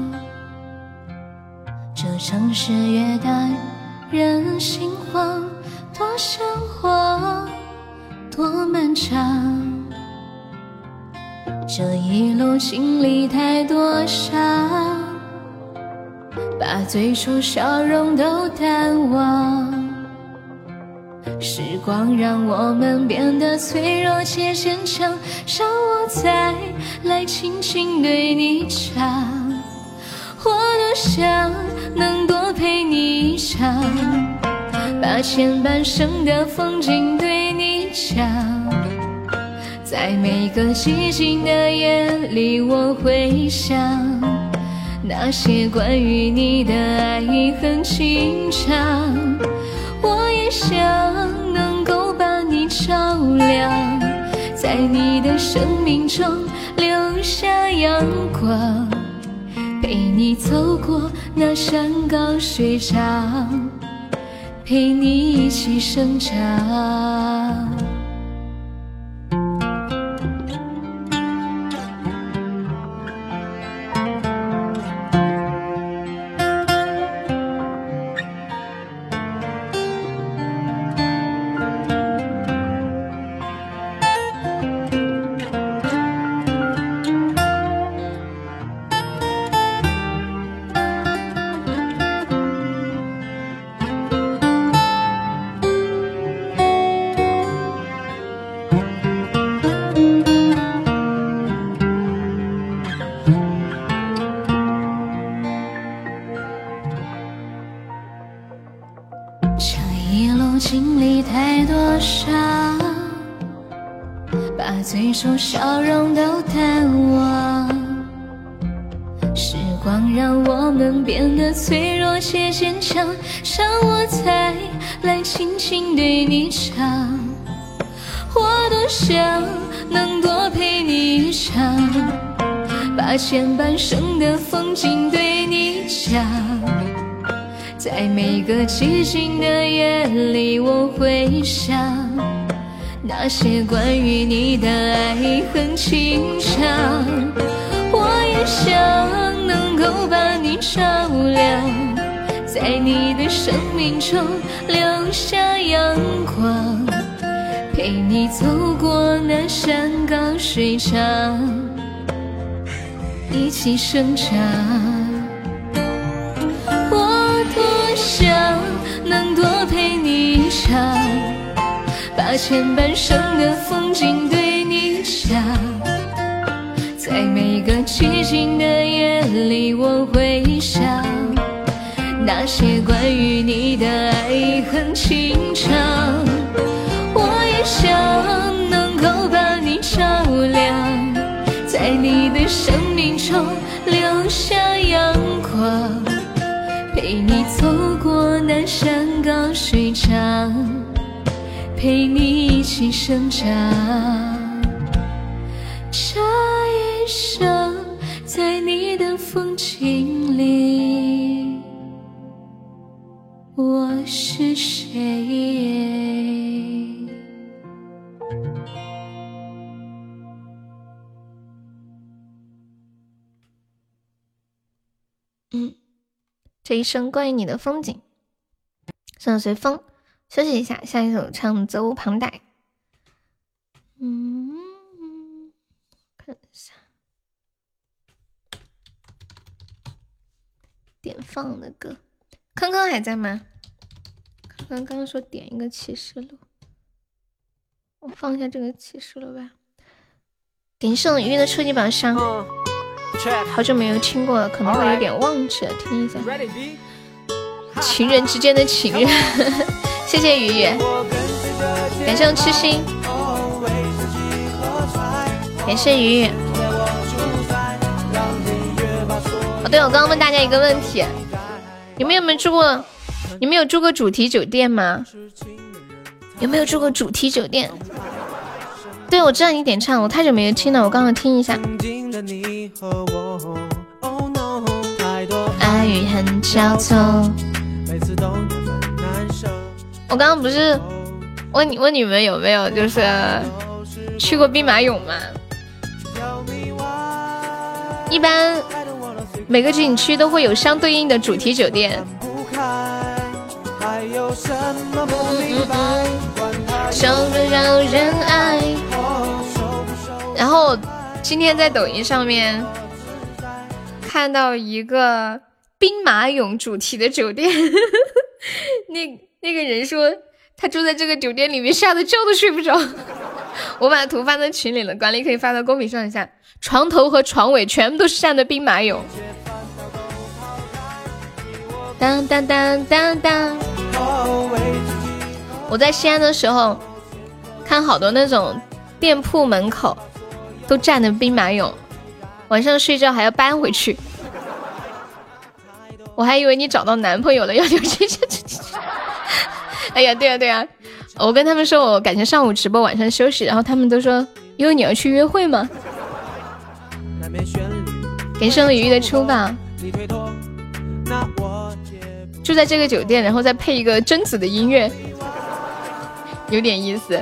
这城市越大人心慌，多向往，多漫长。这一路经历太多伤，把最初笑容都淡忘。时光让我们变得脆弱且坚强，让我再来轻轻对你唱。我多想能多陪你一场，把前半生的风景对你讲。在每个寂静的夜里，我会想那些关于你的爱意很紧张。我也想能够把你照亮，在你的生命中留下阳光，陪你走过那山高水长，陪你一起生长。最初笑容都淡忘，时光能让我们变得脆弱且坚强，让我再来轻轻对你唱。我多想能多陪你一场，把前半生的风景对你讲。在每个寂静的夜里，我会想那些关于你的爱恨情长。我也想能够把你照亮，在你的生命中留下阳光，陪你走过那山高水长，一起生长。我多想能多陪你一场，把前半生的风景对你讲。在每个寂静的夜里，我会想那些关于你的爱恨情长。我也想能够把你照亮，在你的生命中留下阳光，陪你走过那山高水长，陪你一起生长。这一生在你的风景里，我是谁？这一生关于你的风景，顺随风。休息一下，下一首唱《责无旁贷》。看一下点放的歌。康康还在吗？康康刚刚说点一个启示录，我放一下这个启示录吧。感谢我鱼的初级宝箱，好久没有听过了，可能会有点忘记了，听一下。情人之间的情人，谢谢鱼鱼，感谢我痴心，感谢鱼鱼。哦，对，我刚刚问大家一个问题，你们有没有住过？你们有住过主题酒店吗？有没有住过主题酒店？对，我知道你点唱，我太久没有听了，我刚刚听一下。爱与恨交错。我刚刚不是问你们有没有就是去过兵马俑吗？一般每个景区都会有相对应的主题酒店。然后今天在抖音上面看到一个兵马俑主题的酒店，那个人说他住在这个酒店里面，吓得觉都睡不着。我把图发在群里了，管理可以发到公屏上一下。床头和床尾全部都是这样的兵马俑。当当当当当。我在西安的时候看好多那种店铺门口都站的兵马俑，晚上睡觉还要搬回去。我还以为你找到男朋友了，要留这些。哎呀，对呀对呀，我跟他们说我改成上午直播，晚上休息，然后他们都说因为你要去约会吗？感谢我鱼鱼的出宝，住在这个酒店，然后再配一个贞子的音乐，有点意思。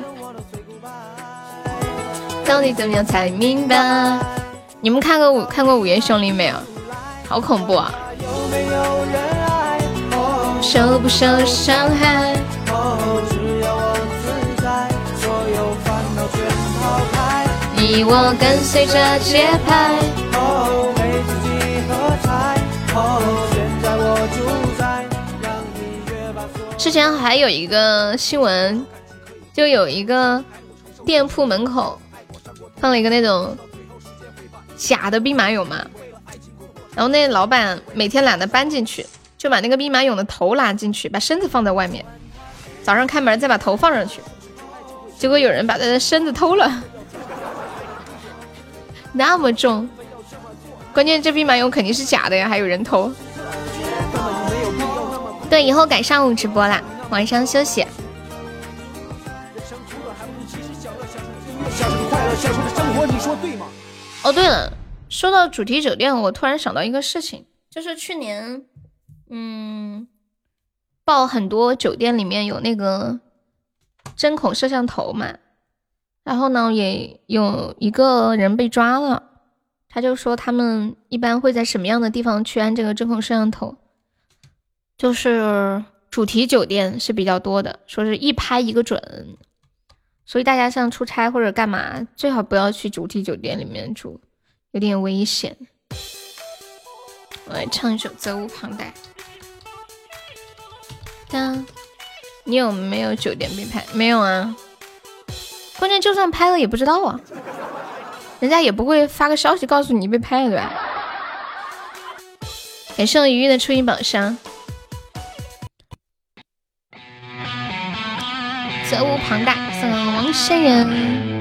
到底怎么样才明白？你们看过午夜凶铃没有？好恐怖啊！受不受伤害？你我跟随着节拍。之前还有一个新闻，就有一个店铺门口放了一个那种假的兵马俑嘛，然后那老板每天懒得搬进去，就把那个兵马俑的头拉进去，把身子放在外面，早上开门再把头放上去，结果有人把他的身子偷了，那么重， 关键这匹马俑肯定是假的呀，还有人偷。对，以后改上午直播啦，晚上休息。哦，对了，说到主题酒店，我突然想到一个事情，就是去年，报很多酒店里面有那个针孔摄像头嘛，然后呢，也有一个人被抓了，他就说他们一般会在什么样的地方去安这个针孔摄像头，就是主题酒店是比较多的，说是一拍一个准。所以大家像出差或者干嘛，最好不要去主题酒店里面住，有点危险。我来唱一首《责无旁贷》。你有没有酒店被拍？没有啊。关键就算拍了也不知道啊，人家也不会发个消息告诉你被拍了，对吧？感谢我鱼鱼的初音宝箱。责无旁贷，送王仙人。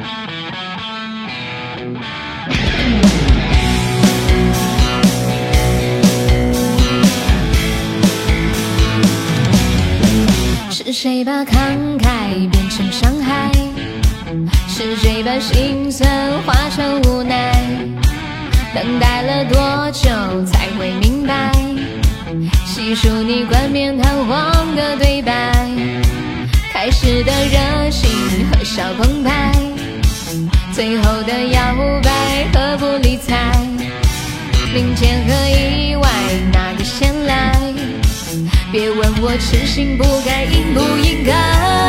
是谁把慷慨变成伤害？是谁把心酸化成无奈？等待了多久才会明白？细数你冠冕堂皇的对白，开始的热情和笑澎湃，最后的摇摆和不理睬，明天和意外哪个先来？别问我痴心不该应不应该，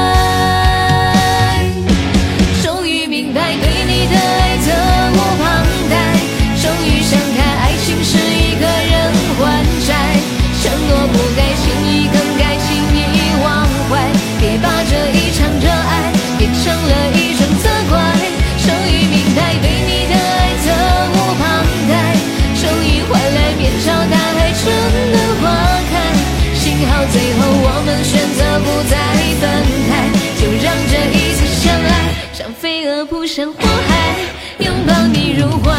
终于明白对你的爱责无旁贷，终于想开爱情是一个人还债，承诺不该轻易更该轻易忘怀，别把这一场热爱变成了一种责怪，终于明白对你的爱责无旁贷，终于换来面朝大海春暖花开，幸好最后我们选择不再分开，就让这一次相爱像飞蛾扑向火海，拥抱你入怀。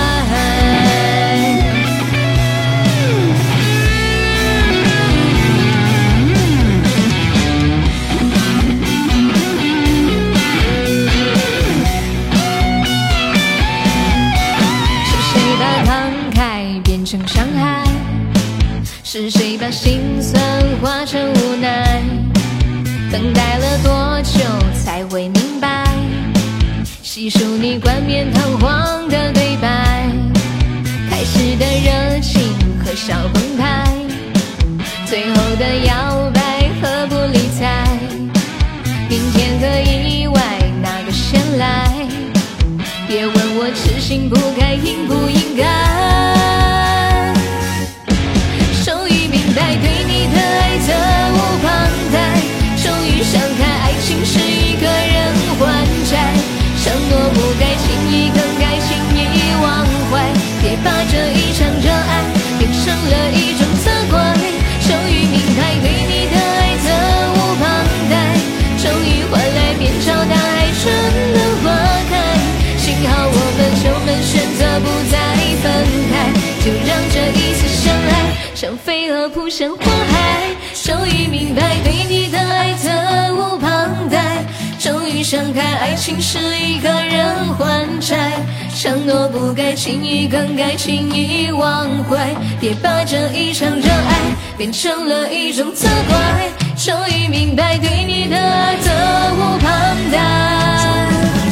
成伤害，是谁把心酸化成无奈？等待了多久才会明白？细数你冠冕堂皇的对白，开始的热情和笑澎湃，最后的摇摆和不理睬，明天和意外哪个先来？别问我痴心不该应不应该，对你的爱责无旁贷，终于想开爱情是一个人还债，承诺不该轻易更该轻易忘怀，别把这一场热爱变成了一种责怪，终于明白对你的爱责无旁贷，终于换来面朝大海春暖花开，幸好我们选择不再分开，就让这一次相爱像飞蛾扑向火海，终于明白对你的爱责无旁贷，终于想开爱情是一个人还债，承诺不该轻易更该轻易忘怀，别把这一场热爱变成了一种责怪，终于明白对你的爱责无旁贷，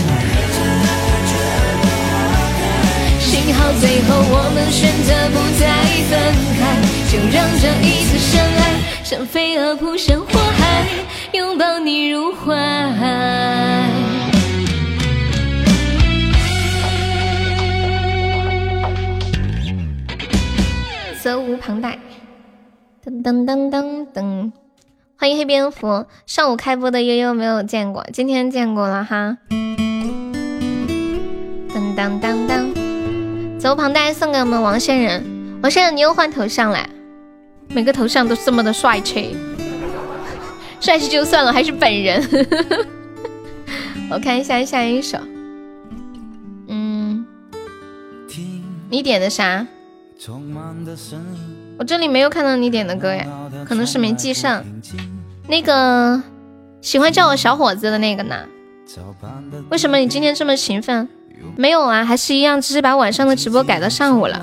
幸好最后我们选择不再分开，就让这一次相爱像飞蛾扑向火海，拥抱你入怀。责无旁贷，噔噔噔噔噔，欢迎黑蝙蝠。上午开播的悠悠没有见过，今天见过了哈。噔噔噔噔。责无旁贷送给我们王仙人，王仙人你又换头像了，每个头像都这么的帅气，帅气就算了，还是本人。我看一下下一首，你点的啥？ 我这里没有看到你点的歌呀，可能是没记上。那个喜欢叫我小伙子的那个呢？为什么你今天这么勤奋？没有啊，还是一样，只是把晚上的直播改到上午了。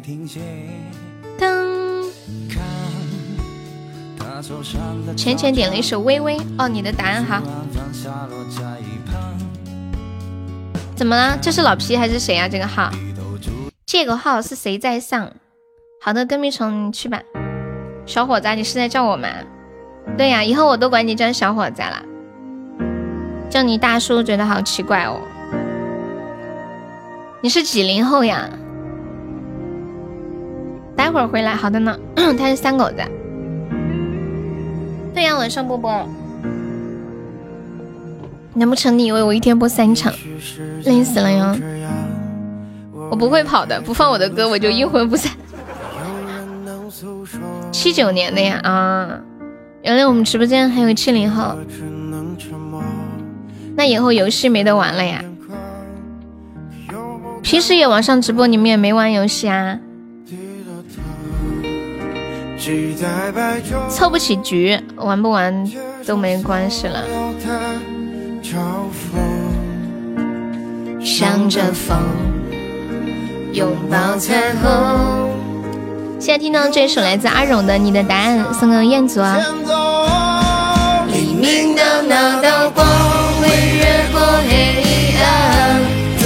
噔，浅浅点了一首微微。哦，你的答案哈。怎么了？这是老皮还是谁啊？这个号，这个号是谁在上？好的，跟屁虫你去吧。小伙子，你是在叫我吗？对呀，以后我都管你叫小伙子了。叫你大叔觉得好奇怪哦。你是几零后呀？待会儿回来。好的呢。他是三狗子。对呀，晚上播播。难不成你以为我一天播3场？累死了呀！我不会跑的，不放我的歌我就阴魂不散。79年的呀啊！原来我们直播间还有70后，那以后游戏没得玩了呀？平时也往上直播，你们也没玩游戏啊？凑不起局，玩不玩都没关系了。向着风，拥抱彩虹。现在听到这首来自阿荣的《你的答案》，送给彦祖啊。黎明的那道光会越过黑暗，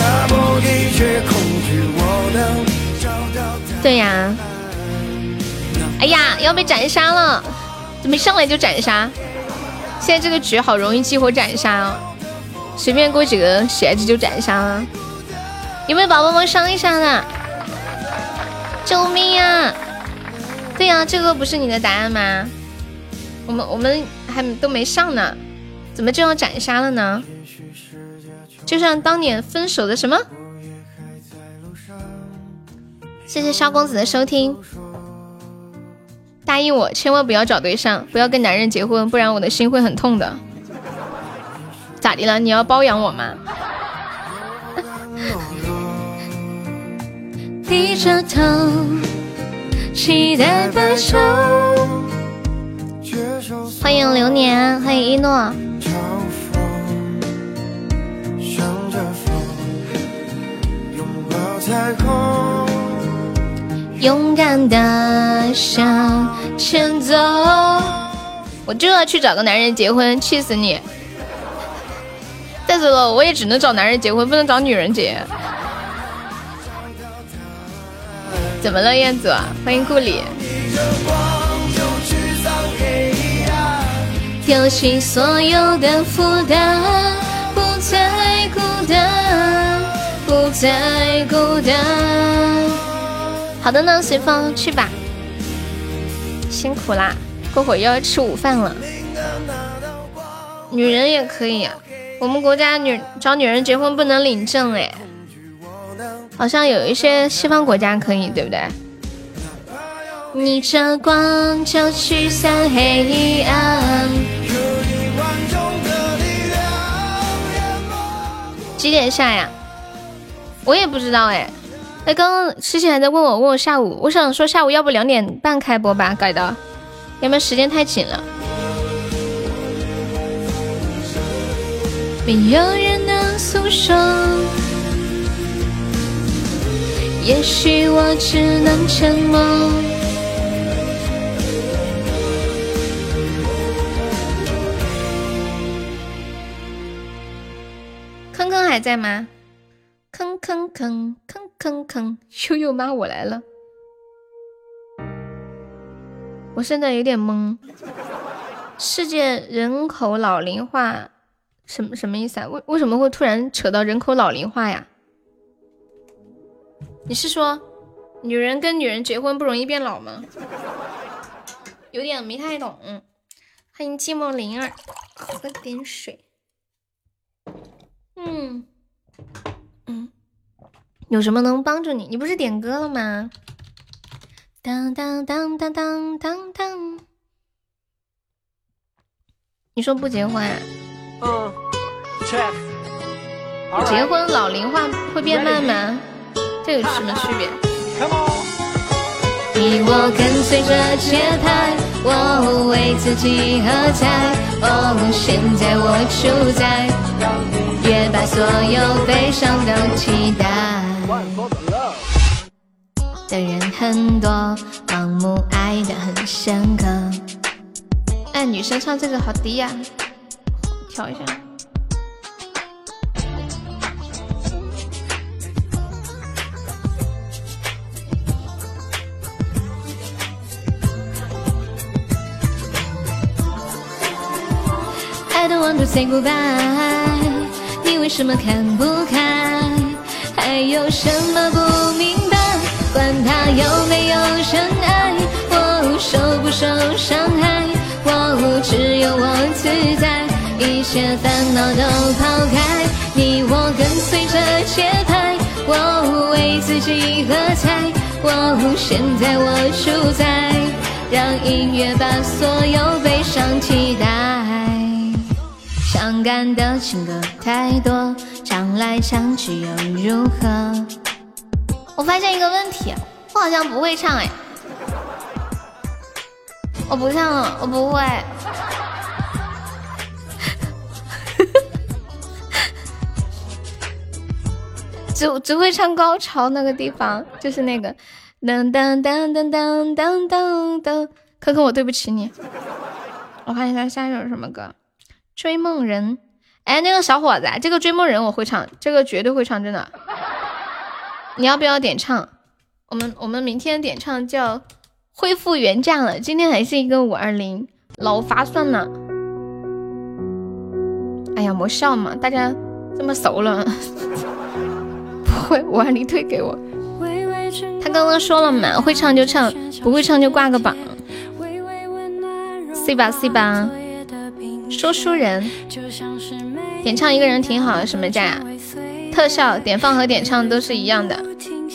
对呀。哎呀，要被斩杀了！怎么一上来就斩杀？现在这个局好容易激活斩杀哦，随便过几个鞋子就斩杀了。有没有宝宝们上一上啊？救命呀！对呀，这个不是你的答案吗？我们还都没上呢，怎么就要斩杀了呢？就像当年分手的什么？谢谢萧公子的收听。答应我，千万不要找对象，不要跟男人结婚，不然我的心会很痛的。咋的了？你要包养我吗？低着头，期待白首。欢迎流年，欢迎一诺。勇敢的向前走。我就要去找个男人结婚，气死你！再走了，我也只能找男人结婚，不能找女人结。怎么了，燕子？欢迎顾里。丢弃所有的负担，不再孤单，不再孤单。好的呢，随风去吧。辛苦啦，过会儿又要吃午饭了。女人也可以啊，我们国家找女人结婚不能领证哎，好像有一些西方国家可以，对不对？逆着光就驱散黑暗。几点下呀？我也不知道哎。那刚刚诗欣还在问我下午，我想说下午要不2点半开播吧，改的，要不然时间太紧了。没有人能诉说，也许我只能沉默。坑坑还在吗？坑坑坑坑坑坑，悠悠妈我来了。我现在有点懵，世界人口老龄化什么意思啊？为什么会突然扯到人口老龄化呀？你是说女人跟女人结婚不容易变老吗？有点没太懂。欢迎寂寞灵儿，喝点水。有什么能帮助你？你不是点歌了吗？当当当当当当当。你说不结婚啊？不结婚老龄化会变慢吗？这有什么区别？ 你我跟随着节拍，我为自己喝彩。哦，现在我处在，别把所有悲伤都期待。的人很多，盲目爱得很深刻。哎，女生唱这个好低呀、调一下。I don't want to say goodbye， 你为什么看不开？还有什么不明白？管他有没有真爱，我受不受伤害，我只有我自在，一切烦恼都抛开。你我跟随着节拍，我为自己喝彩，我现在我处在，让音乐把所有悲伤替代。伤感的情歌太多，唱来唱去又如何？我发现一个问题，我好像不会唱哎，我不唱了，我不会。只会唱高潮那个地方，就是那个噔噔噔噔噔噔噔噔。可可，我对不起你。我看一下下一首是什么歌。追梦人，哎，那个小伙子，这个追梦人我会唱，这个绝对会唱，真的。你要不要点唱？我们明天点唱叫恢复原价了，今天还是一个520，老划算了。哎呀，没笑嘛，大家这么熟了，不会520退给我。他刚刚说了嘛，会唱就唱，不会唱就挂个榜。C 吧 C 吧。说书人点唱一个人挺好的，什么价呀？特效点放和点唱都是一样的。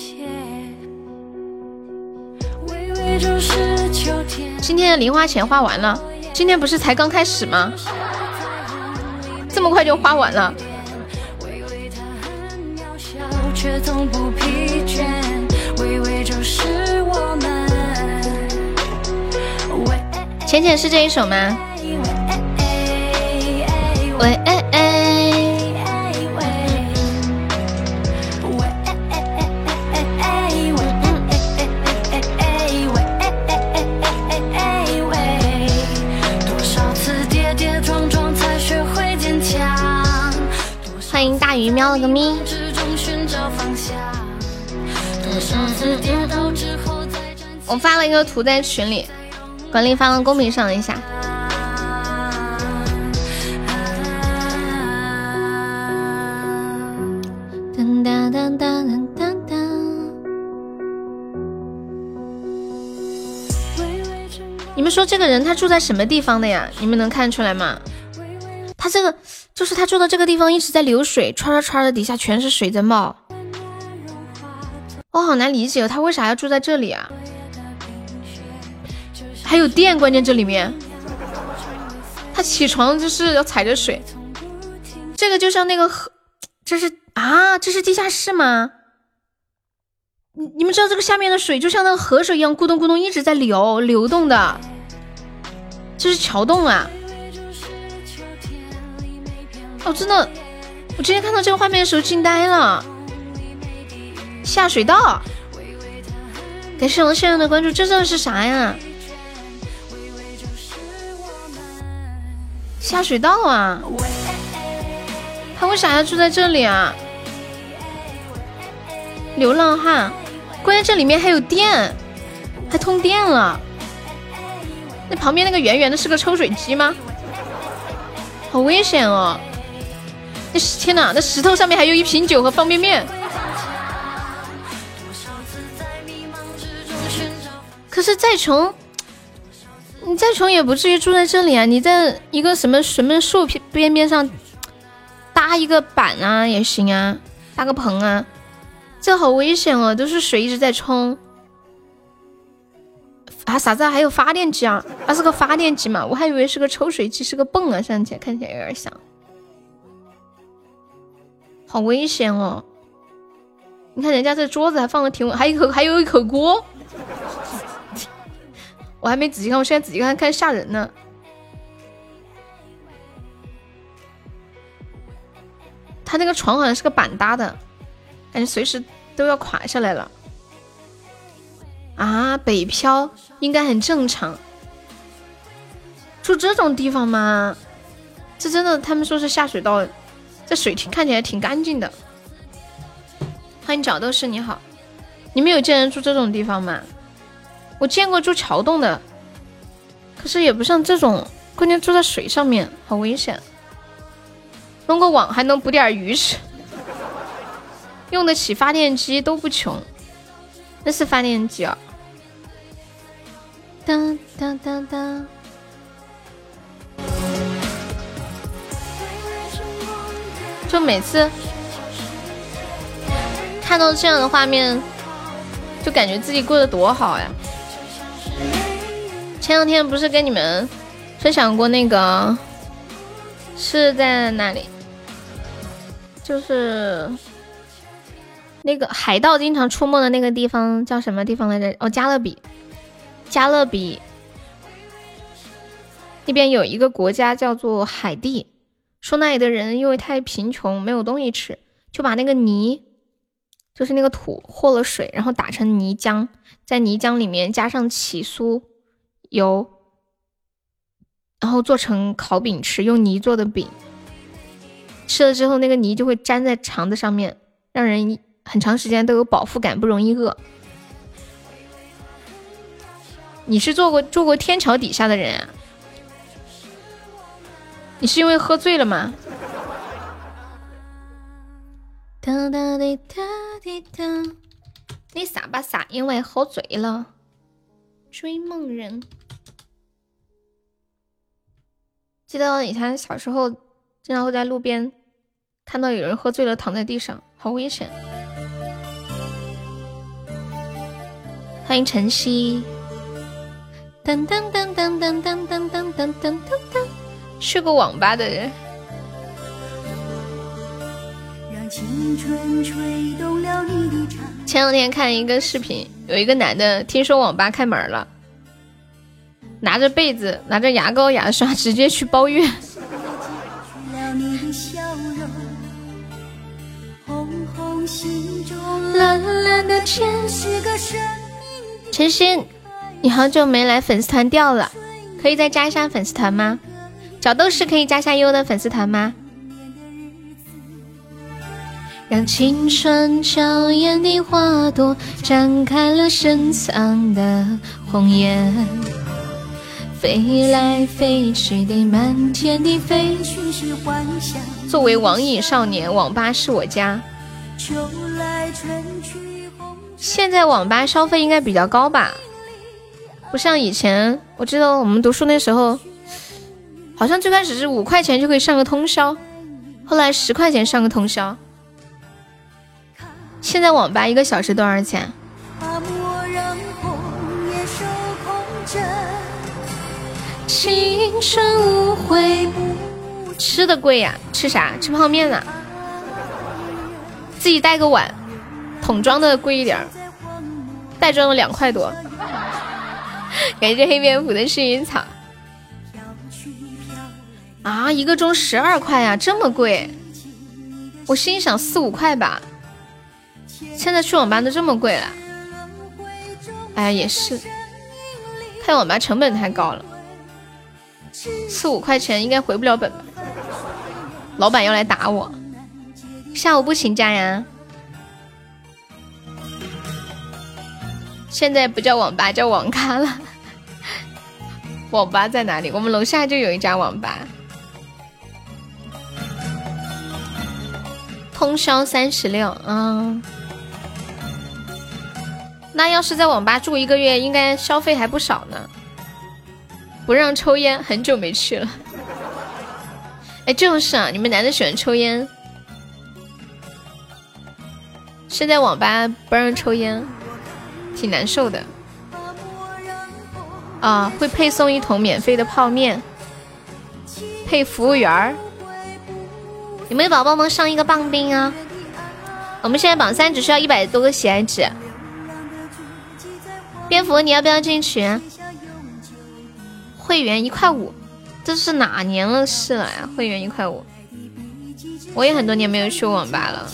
今天的零花钱花完了，今天不是才刚开始吗？这么快就花完了。浅浅是这一首吗？喂哎哎喂，多少次跌跌撞撞才学会坚强。欢迎大鱼喵了个咪。我发了一个图在群里，管理发到公屏上一下。你们说这个人他住在什么地方的呀？你们能看出来吗？他这个就是他住的这个地方一直在流水，唰唰唰的底下全是水在冒，我好难理解他为啥要住在这里啊？还有电，关键这里面他起床就是要踩着水，这个就像那个河，这是啊，这是地下室吗？你们知道这个下面的水就像那个河水一样咕咚咕咚一直在流动的，这是桥洞啊！哦，真的，我今天看到这个画面的时候惊呆了。下水道，感谢我现在的关注，这是啥呀？下水道啊！他为啥要住在这里啊？流浪汉，关键这里面还有电，还通电了。那旁边那个圆圆的是个抽水机吗？好危险哦！那天哪，那石头上面还有一瓶酒和方便面。可是再穷，你再穷也不至于住在这里啊！你在一个什么树边上搭一个板啊也行啊，搭个棚啊。这好危险哦，都是水一直在冲啊！啥子还有发电机啊？它是个发电机嘛？我还以为是个抽水机，是个泵啊，看起来有点像。好危险哦！你看人家这桌子还放了挺稳，还有一口锅， 我还没仔细看，我现在仔细看看吓人呢。他那个床好像是个板搭的，感觉随时都要垮下来了。啊，北漂应该很正常。住这种地方吗？这真的，他们说是下水道，这水看起来挺干净的。欢迎角斗士，你好，你们有见人住这种地方吗？我见过住桥洞的，可是也不像这种，关键住在水上面，好危险。弄个网还能捕点鱼吃，用得起发电机都不穷，那是发电机啊！当当当当。就每次看到这样的画面，就感觉自己过得多好呀。前两天不是跟你们分享过那个，是在哪里？就是那个海盗经常出没的那个地方，叫什么地方来着？哦，加勒比。加勒比那边有一个国家叫做海地，说那里的人因为太贫穷，没有东西吃，就把那个泥，就是那个土和了水，然后打成泥浆，在泥浆里面加上起酥油，然后做成烤饼吃，用泥做的饼，吃了之后那个泥就会粘在肠子上面，让人很长时间都有饱腹感，不容易饿。你是住过天桥底下的人啊？你是因为喝醉了吗？哒哒滴哒滴哒，你傻吧傻？因为喝醉了。追梦人，记得以前小时候经常会在路边看到有人喝醉了躺在地上，好危险。欢迎晨曦。噔噔噔噔噔噔噔噔噔噔噔，去过网吧的人。前两天看一个视频，有一个男的听说网吧开门了，拿着被子拿着牙膏牙刷直接去包月。晨曦，你好久没来粉丝团掉了，可以再加一下粉丝团吗？角斗士可以加下优的粉丝团吗？让青春娇艳的花朵展开了深藏的红颜，飞来飞去的满天的飞絮是幻想。作为网瘾少年，网吧是我家。现在网吧消费应该比较高吧，不像以前，我记得我们读书那时候好像最开始是5块钱就可以上个通宵，后来10块钱上个通宵。现在网吧1个小时多少钱？青春无悔。吃的贵呀，吃啥？吃泡面啊？自己带个碗，桶装的贵一点，袋装的2块多。感谢黑蝙蝠的幸运草啊，1个钟12块呀，这么贵！我心想4、5块吧，现在去网吧都这么贵了。哎呀，也是，开网吧成本太高了，4、5块钱应该回不了本吧？老板要来打我。下午不请假呀？现在不叫网吧，叫网咖了。网吧在哪里？我们楼下就有一家网吧。通宵36，那要是在网吧住1个月，应该消费还不少呢。不让抽烟，很久没去了。哎，就是啊，你们男的喜欢抽烟。现在网吧不让抽烟，挺难受的。啊，会配送1桶免费的泡面，配服务员。有没有宝宝们上一个棒冰啊？我们现在榜3只需要100多个喜爱值。蝙蝠，你要不要进群？ 会员1块5，这是哪年了事了呀？会员1块5，我也很多年没有去网吧了。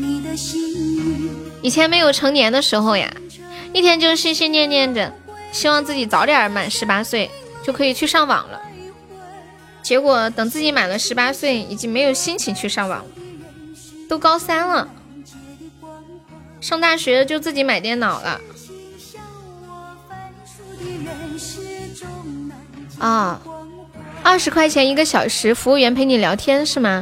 以前没有成年的时候呀，一天就心心念念着，希望自己早点满18岁就可以去上网了。结果等自己满了18岁，已经没有心情去上网了，都高3了，上大学就自己买电脑了。啊，20块钱1个小时，服务员陪你聊天是吗？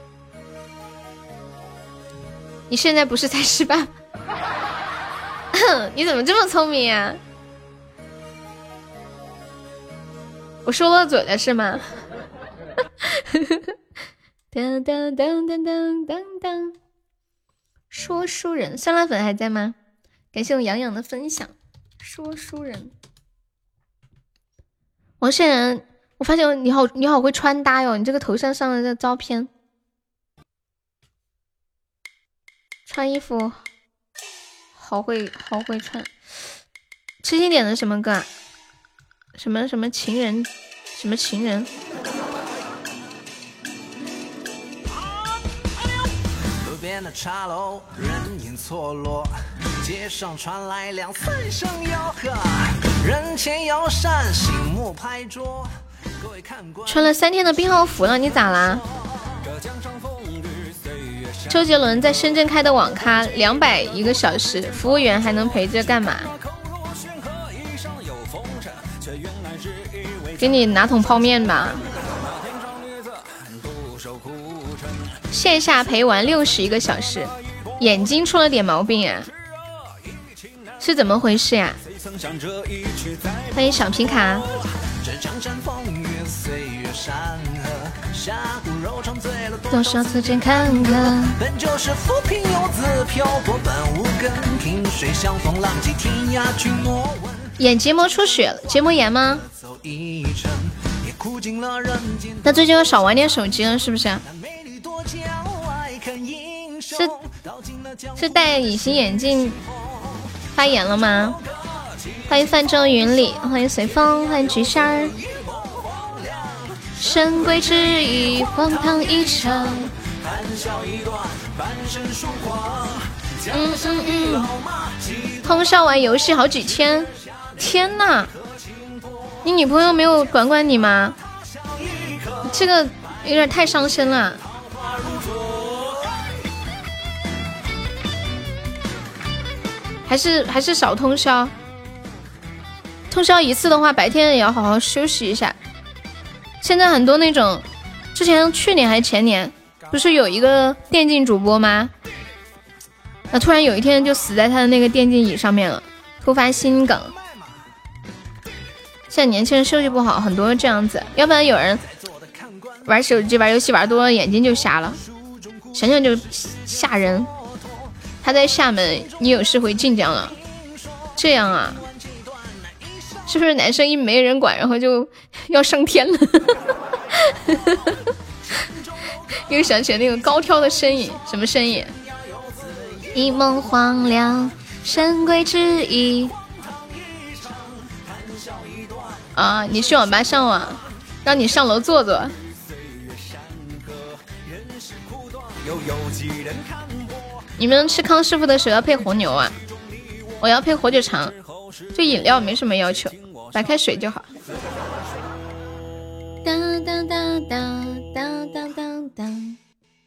你现在不是才18？你怎么这么聪明呀？我说漏嘴了是吗？当当当当当当当，说书人，酸辣粉还在吗？感谢我洋洋的分享。说书人，王圣然，我发现你好会穿搭哟，你这个头像上的这照片，穿衣服好会穿。吃经典的什么歌啊？什么情人，什么情人？路边的茶楼，人影错落，街上传来两三声吆喝，人前摇扇，醒目拍桌。穿了3天的冰号服了，你咋啦？周杰伦在深圳开的网咖200一个小时，服务员还能陪着干嘛？给你拿桶泡面吧。线下陪玩60一个小时，眼睛出了点毛病啊，是怎么回事呀？欢迎小皮卡。多少次见坎坷，本就是浮萍游子漂泊，本无根，萍水相逢，浪迹天涯去莫问。眼结膜出血了，结膜炎吗？那最近要少玩点手机了，是不是？是戴隐形眼镜发炎了吗？欢迎泛舟云里，欢迎随风，欢迎菊仙儿。神鬼之意，荒唐一场。通宵玩游戏好几千，天哪！你女朋友没有管管你吗？这个有点太伤身了。还是少通宵。通宵一次的话，白天也要好好休息一下。现在很多那种，之前去年还是前年，不是有一个电竞主播吗？那突然有一天就死在他的那个电竞椅上面了，突发心梗。现在年轻人休息不好，很多这样子，要不然有人玩手机玩游戏玩多了眼睛就瞎了，想想就吓人。他在厦门，你有事回晋江了，这样啊？是不是男生一没人管，然后就要升天了？又想起那个高挑的身影，什么身影？一梦黄粱，神鬼之意。啊，你去网吧上网，让你上楼坐坐。你们吃康师傅的时候要配红牛啊？我要配火腿肠，对饮料没什么要求，白开水就好。当当当当当当当当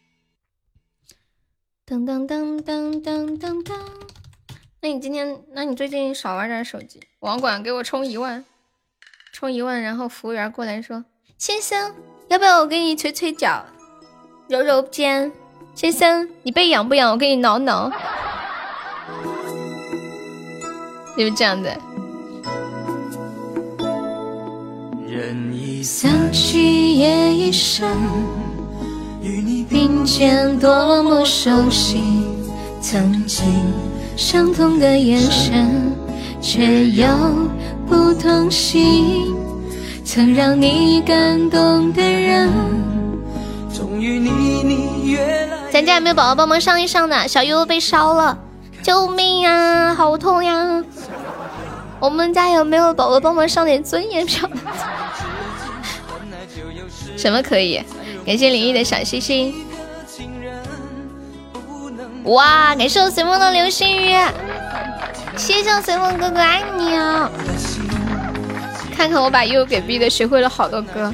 当当当当当当当。那你最近少玩点手机。网管给我充1万，充1万，然后服务员过来说：“先生，要不要我给你捶捶脚，揉揉肩？先生，你背痒不痒？我给你挠挠。”就是这样的。人已散去夜已深，与你并肩多么熟悉，曾经相同的眼神，却有不同心。曾让你感动的人，终于你越来。咱家有没有宝宝帮忙上一上的？小悠悠被烧了，救命啊，好痛呀！我们家有没有宝宝帮忙上点尊严票？ 什么可以？感谢林毅的小星星。哇，感谢我随风的流星雨，谢谢随风哥哥，爱你哦。看看我把悠悠给逼的，学会了好多歌。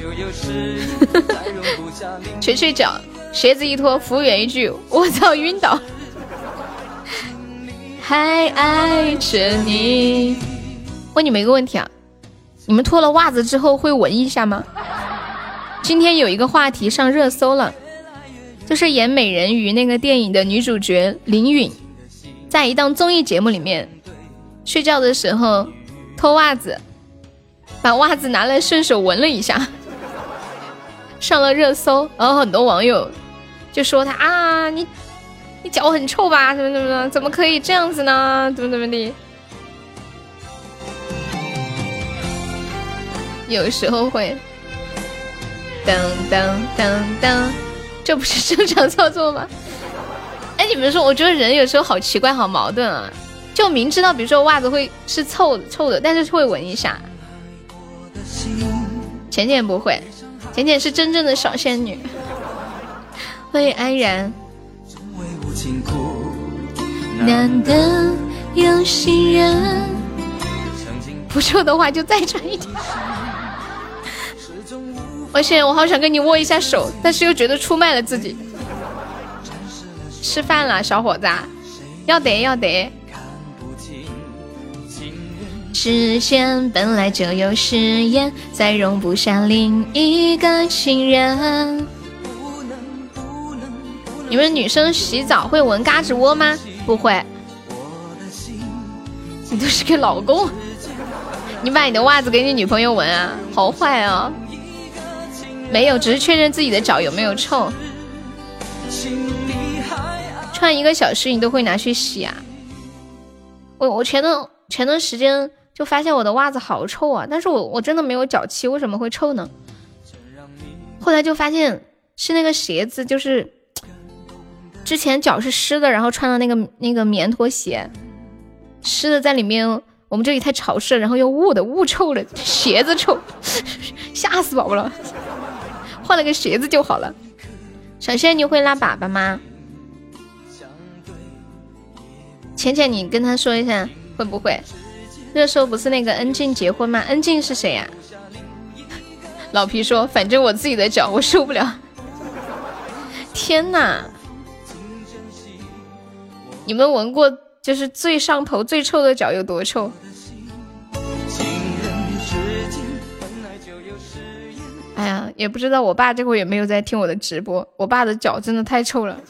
捶捶脚，鞋子一脱，服务员一句我操晕倒。还爱着你。问你们一个问题啊，你们脱了袜子之后会闻一下吗？今天有一个话题上热搜了，就是演美人鱼那个电影的女主角林允，在一档综艺节目里面睡觉的时候脱袜子，把袜子拿来顺手闻了一下，上了热搜。然后很多网友就说他啊，你脚很臭吧，怎么怎么可以这样子呢，怎么的。有时候会噔噔噔噔，这不是正常操作吗？哎，你们说，我觉得人有时候好奇怪，好矛盾啊！就明知道，比如说袜子会是臭的，但是会闻一下。浅浅不会，浅浅是真正的小仙女。欢迎安然。难得有心人，不臭的话就再穿一条。而且我好想跟你握一下手，但是又觉得出卖了自己。吃饭了，小伙子，要得。时间本来就有誓言，再容不下另一个情人。你们女生洗澡会闻嘎吱窝吗？不会。你都是个老公，你把你的袜子给你女朋友闻啊？好坏啊！没有，只是确认自己的脚有没有臭。穿1个小时你都会拿去洗啊？我前段时间就发现我的袜子好臭啊，但是我真的没有脚气，为什么会臭呢？后来就发现是那个鞋子，就是之前脚是湿的，然后穿了那个棉拖鞋，湿的在里面，我们这里太潮湿，然后又雾臭了，鞋子臭，吓死宝宝了。换了个鞋子就好了。小仙女会拉粑粑吗？浅浅你跟他说一下会不会。热搜不是那个恩静结婚吗？恩静是谁呀？老皮说反正我自己的脚我受不了。天哪，你们闻过就是最上头最臭的脚有多臭？哎呀，也不知道我爸这会也没有在听我的直播，我爸的脚真的太臭了。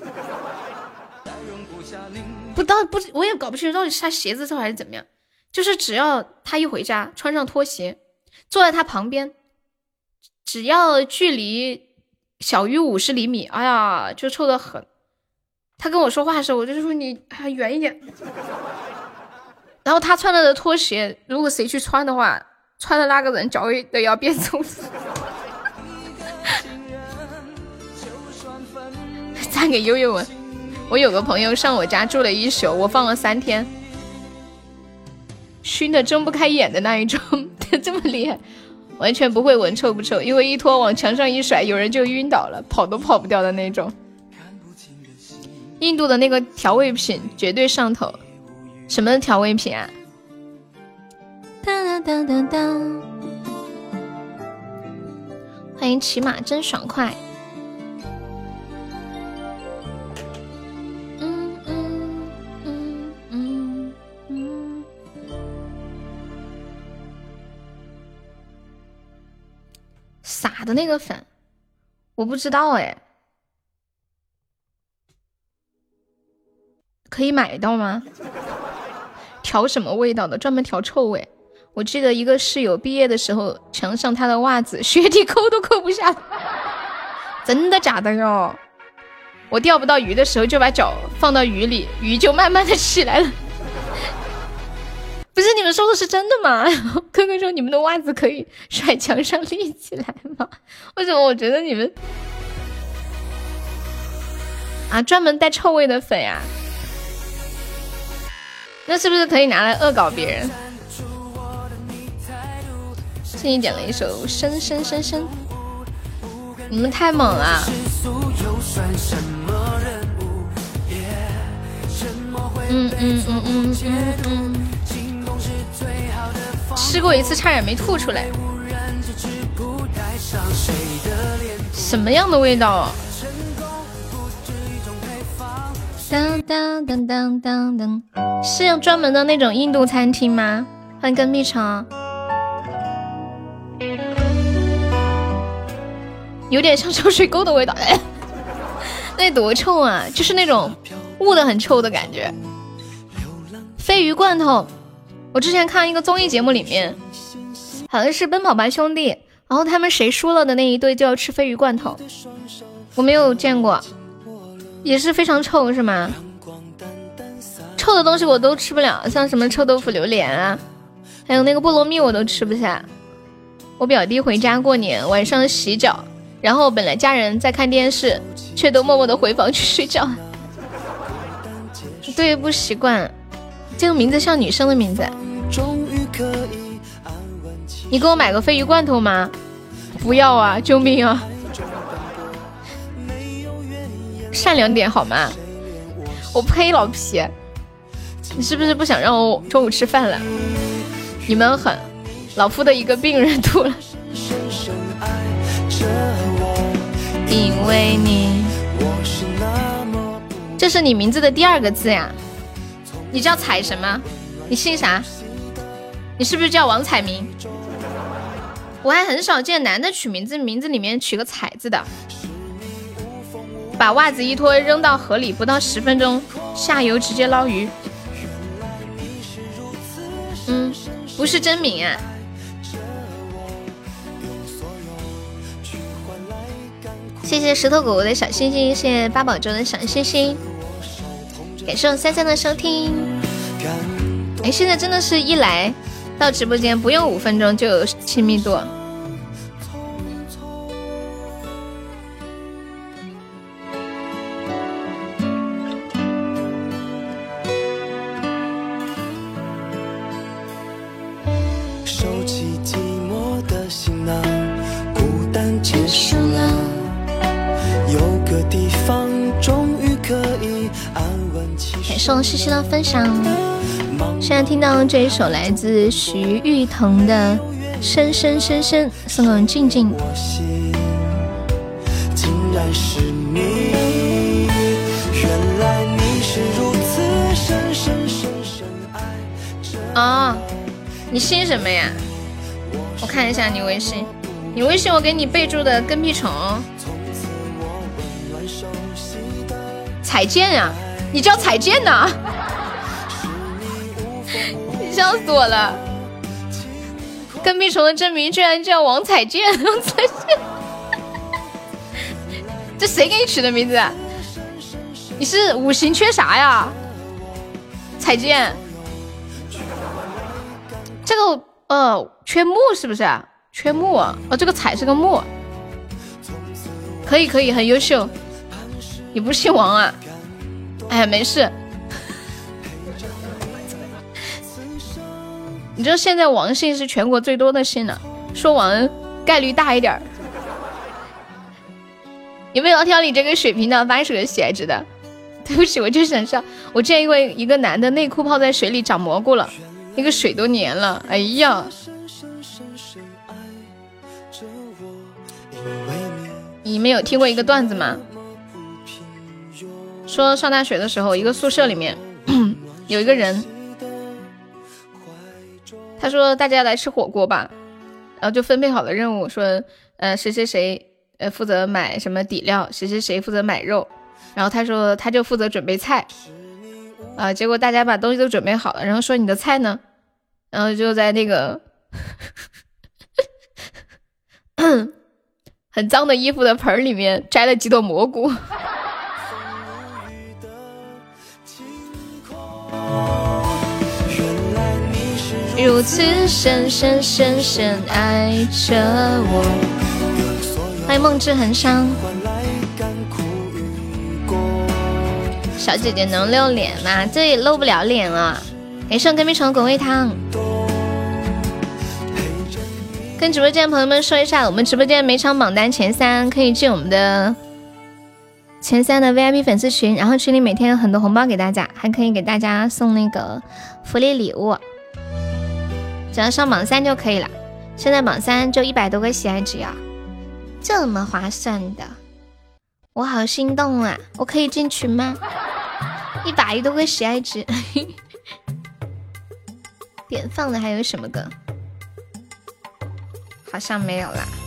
我也搞不清楚到底是他鞋子臭还是怎么样，就是只要他一回家穿上拖鞋，坐在他旁边，只要距离小于50厘米，哎呀，就臭得很。他跟我说话的时候，我就说你还远一点。然后他穿了的拖鞋，如果谁去穿的话，穿的那个人脚都要变臭。赞给悠悠文。我有个朋友上我家住了1宿，我放了3天，熏得睁不开眼的那一种。这么厉害，完全不会闻臭不臭，因为一脱往墙上一甩，有人就晕倒了，跑都跑不掉的那种。印度的那个调味品绝对上头。什么调味品啊？当当当当，欢迎骑马真爽快。撒的那个粉我不知道哎，可以买到吗？调什么味道的？专门调臭味。我记得一个室友毕业的时候，墙上他的袜子雪地抠都抠不下来。真的假的哟？我钓不到鱼的时候就把脚放到鱼里，鱼就慢慢的起来了。不是你们说的是真的吗？哥哥说你们的袜子可以甩墙上立起来吗？为什么我觉得你们啊专门带臭味的粉呀？那是不是可以拿来恶搞别人？静怡点了一首深深深深。 你们太猛了。吃过一次差点没吐出来。什么样的味道啊？当当当当当当，是用专门的那种印度餐厅吗？欢迎跟蜜肠，有点像臭水沟的味道。哎，那多臭啊！就是那种雾的很臭的感觉。鲱鱼罐头，我之前看一个综艺节目里面，好像是奔跑吧兄弟，然后他们谁输了的那一队就要吃鲱鱼罐头，我没有见过，也是非常臭是吗？臭的东西我都吃不了，像什么臭豆腐、榴莲啊，还有那个菠萝蜜我都吃不下。我表弟回家过年，晚上洗脚，然后本来家人在看电视，却都默默的回房去睡觉。对，不习惯。这个名字像女生的名字。你给我买个鲱鱼罐头吗？不要啊，救命啊！善良点好吗？我呸，老皮，你是不是不想让我中午吃饭了？你们狠，老夫的一个病人吐了。因为你，这是你名字的第二个字呀？你叫彩什么？你姓啥？你是不是叫王彩明？我还很少见男的取名字，名字里面取个彩字的。把袜子一脱扔到河里，不到10分钟下游直接捞鱼。不是真名啊。谢谢石头狗狗的小心心，谢谢八宝粥的小心心，感谢我33的收听。哎，现在真的是一来到直播间不用5分钟就有亲密度。 收起寂寞的行囊，孤单结束了，有个地方终于可以安稳栖息。 感谢我西西的分享。现在听到这一首来自徐誉桐的《深深深深》，送给我们静静。 竟然是你，原来你是如此深深深深爱着我。 哦，你姓什么呀？我看一下你微信，你微信我给你备注的跟屁虫。彩剑呀，你叫彩剑呐？你笑死我了！跟屁虫的真名居然叫王彩剑，王彩剑，这谁给你取的名字啊？你是五行缺啥呀？彩剑，这个缺木是不是啊？缺木啊！哦，这个彩是个木，可以可以，很优秀。你不姓王啊？哎呀，没事。你知道现在王姓是全国最多的姓了，说王概率大一点。有没有要挑你这个水平的发1首个喜爱值的？对不起，我就想笑。我见因为一个男的内裤泡在水里长蘑菇了，那个水都粘了。哎呀！你们有听过一个段子吗？说上大学的时候，一个宿舍里面有一个人，他说大家来吃火锅吧，然后就分配好了任务，说谁谁谁负责买什么底料，谁谁谁负责买肉，然后他说他就负责准备菜，结果大家把东西都准备好了，然后说你的菜呢，然后就在那个很脏的衣服的盆里面摘了几朵蘑菇。如此深深深深爱着我。欢迎梦之恒伤。小姐姐能露脸吗？这也露不了脸了。感谢隔壁城滚味汤。隔跟直播间的朋友们说一下，我们直播间每场榜单前3可以进我们的前3的 VIP 粉丝群，然后群里每天有很多红包给大家，还可以给大家送那个福利礼物，只要上榜3就可以了。现在榜3就100多个喜爱值啊，这么划算的，我好心动啊！我可以进群吗？100多个喜爱值。点放的还有什么歌？好像没有啦。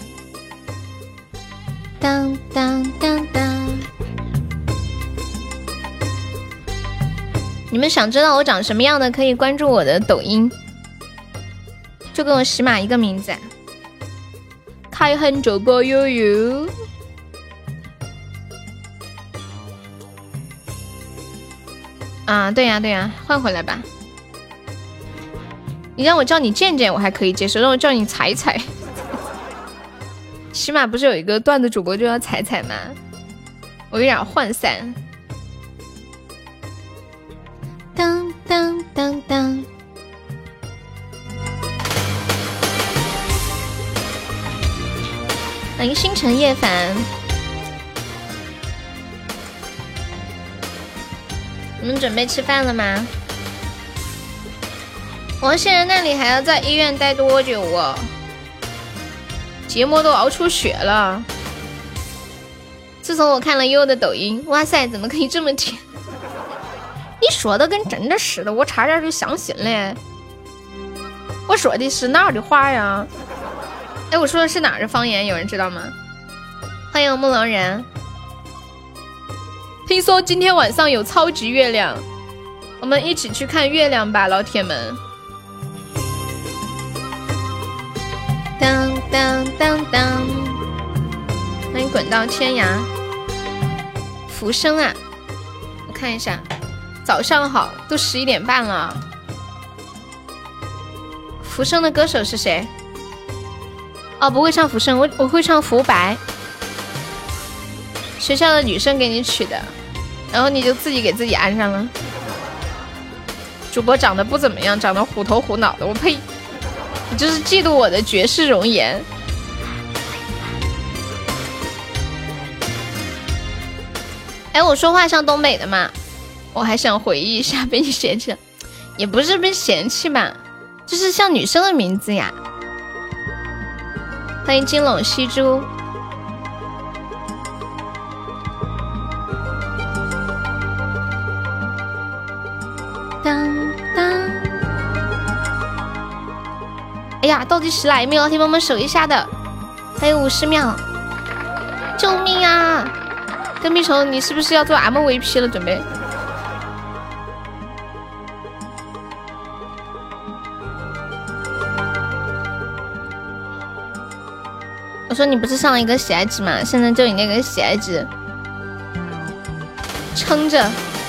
当当当当。你们想知道我长什么样的，可以关注我的抖音，就跟我喜马一个名字，开亨主播悠悠。啊，对呀对呀，换回来吧。你让我叫你健健我还可以接受，让我叫你彩彩，起码不是有一个段子主播就叫彩彩吗？我有点涣散。当当当当，欢迎星辰叶凡。你们准备吃饭了吗？王仙人那里还要在医院待多久啊？结膜都熬出血了。自从我看了优的抖音，哇塞，怎么可以这么甜？你说的跟真的似的，我差点就相信了。我说的是哪儿的话呀？哎，我说的是哪儿的方言？有人知道吗？欢迎木狼人。听说今天晚上有超级月亮，我们一起去看月亮吧，老铁们。当当当当，欢迎滚到天涯。浮生啊，我看一下，早上好，都11点半了。浮生的歌手是谁？哦，不会唱浮生，我会唱浮白。学校的女生给你取的，然后你就自己给自己安上了。主播长得不怎么样，长得虎头虎脑的，我呸！你就是嫉妒我的绝世容颜。哎，我说话像东北的嘛，我还想回忆一下，被你嫌弃了，也不是被嫌弃吧，就是像女生的名字呀。欢迎金龙西珠。当当，哎呀，倒计时来，有没有老铁帮忙守一下的？还有50秒，救命啊！跟屁虫，你是不是要做 MVP 了？准备？我说你不是上了一个喜爱值吗？现在就你那个喜爱值撑着。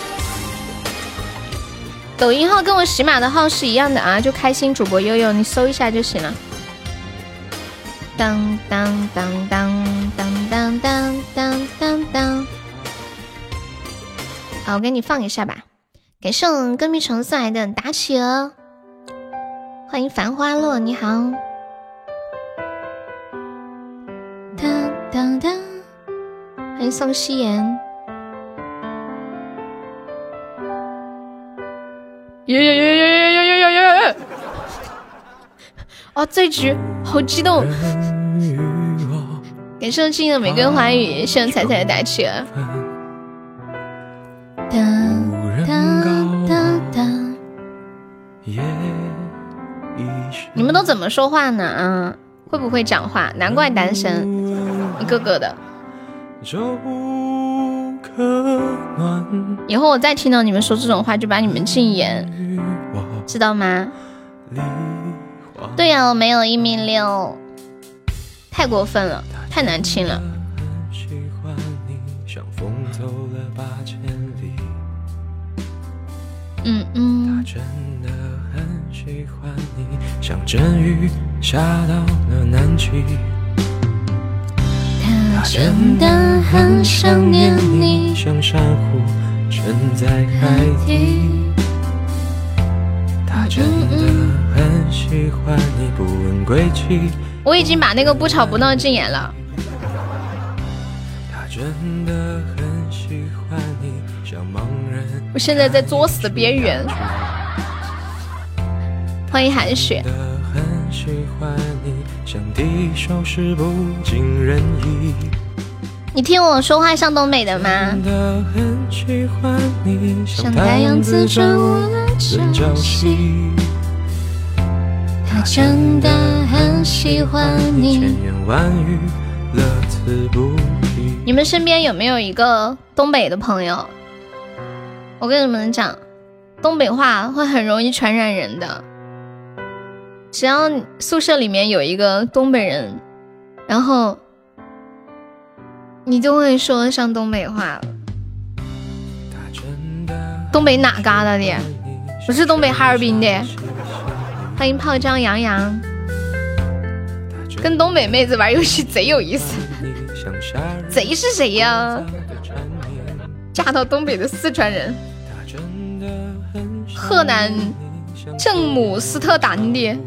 抖音号跟我喜马的号是一样的啊，就开心主播悠悠，你搜一下就行了。当当当当当当当当当当。好，我给你放一下吧。感谢我跟屁虫送来的打企鹅，欢迎繁花落，你好。当当当，欢迎宋希言。耶！哦，这局好激动！感谢静的玫瑰花语，谢谢彩彩的打气了。你们都怎么说话呢？啊，会不会讲话？难怪单身，一个个的。以后我再听到你们说这种话，就把你们禁言，知道吗？对呀，我没有1.6米，太过分了，太难听了。他真的很想念你，像珊瑚沉在海底。他我已经把那个不吵不闹禁言了。我现在在作死的边缘。欢迎韩雪。你听我说话像东北的吗？像太阳自转我的朝夕。他真的很喜欢你。你们身边有没有一个东北的朋友？我跟你们讲，东北话会很容易传染人的。只要宿舍里面有一个东北人，然后你就会说上东北话了。东北哪旮瘩的？我是东北哈尔滨的。欢迎炮仗杨洋。跟东北妹子玩游戏贼有意思。贼是谁呀？嫁到东北的四川人，河南圣姆斯特丹的。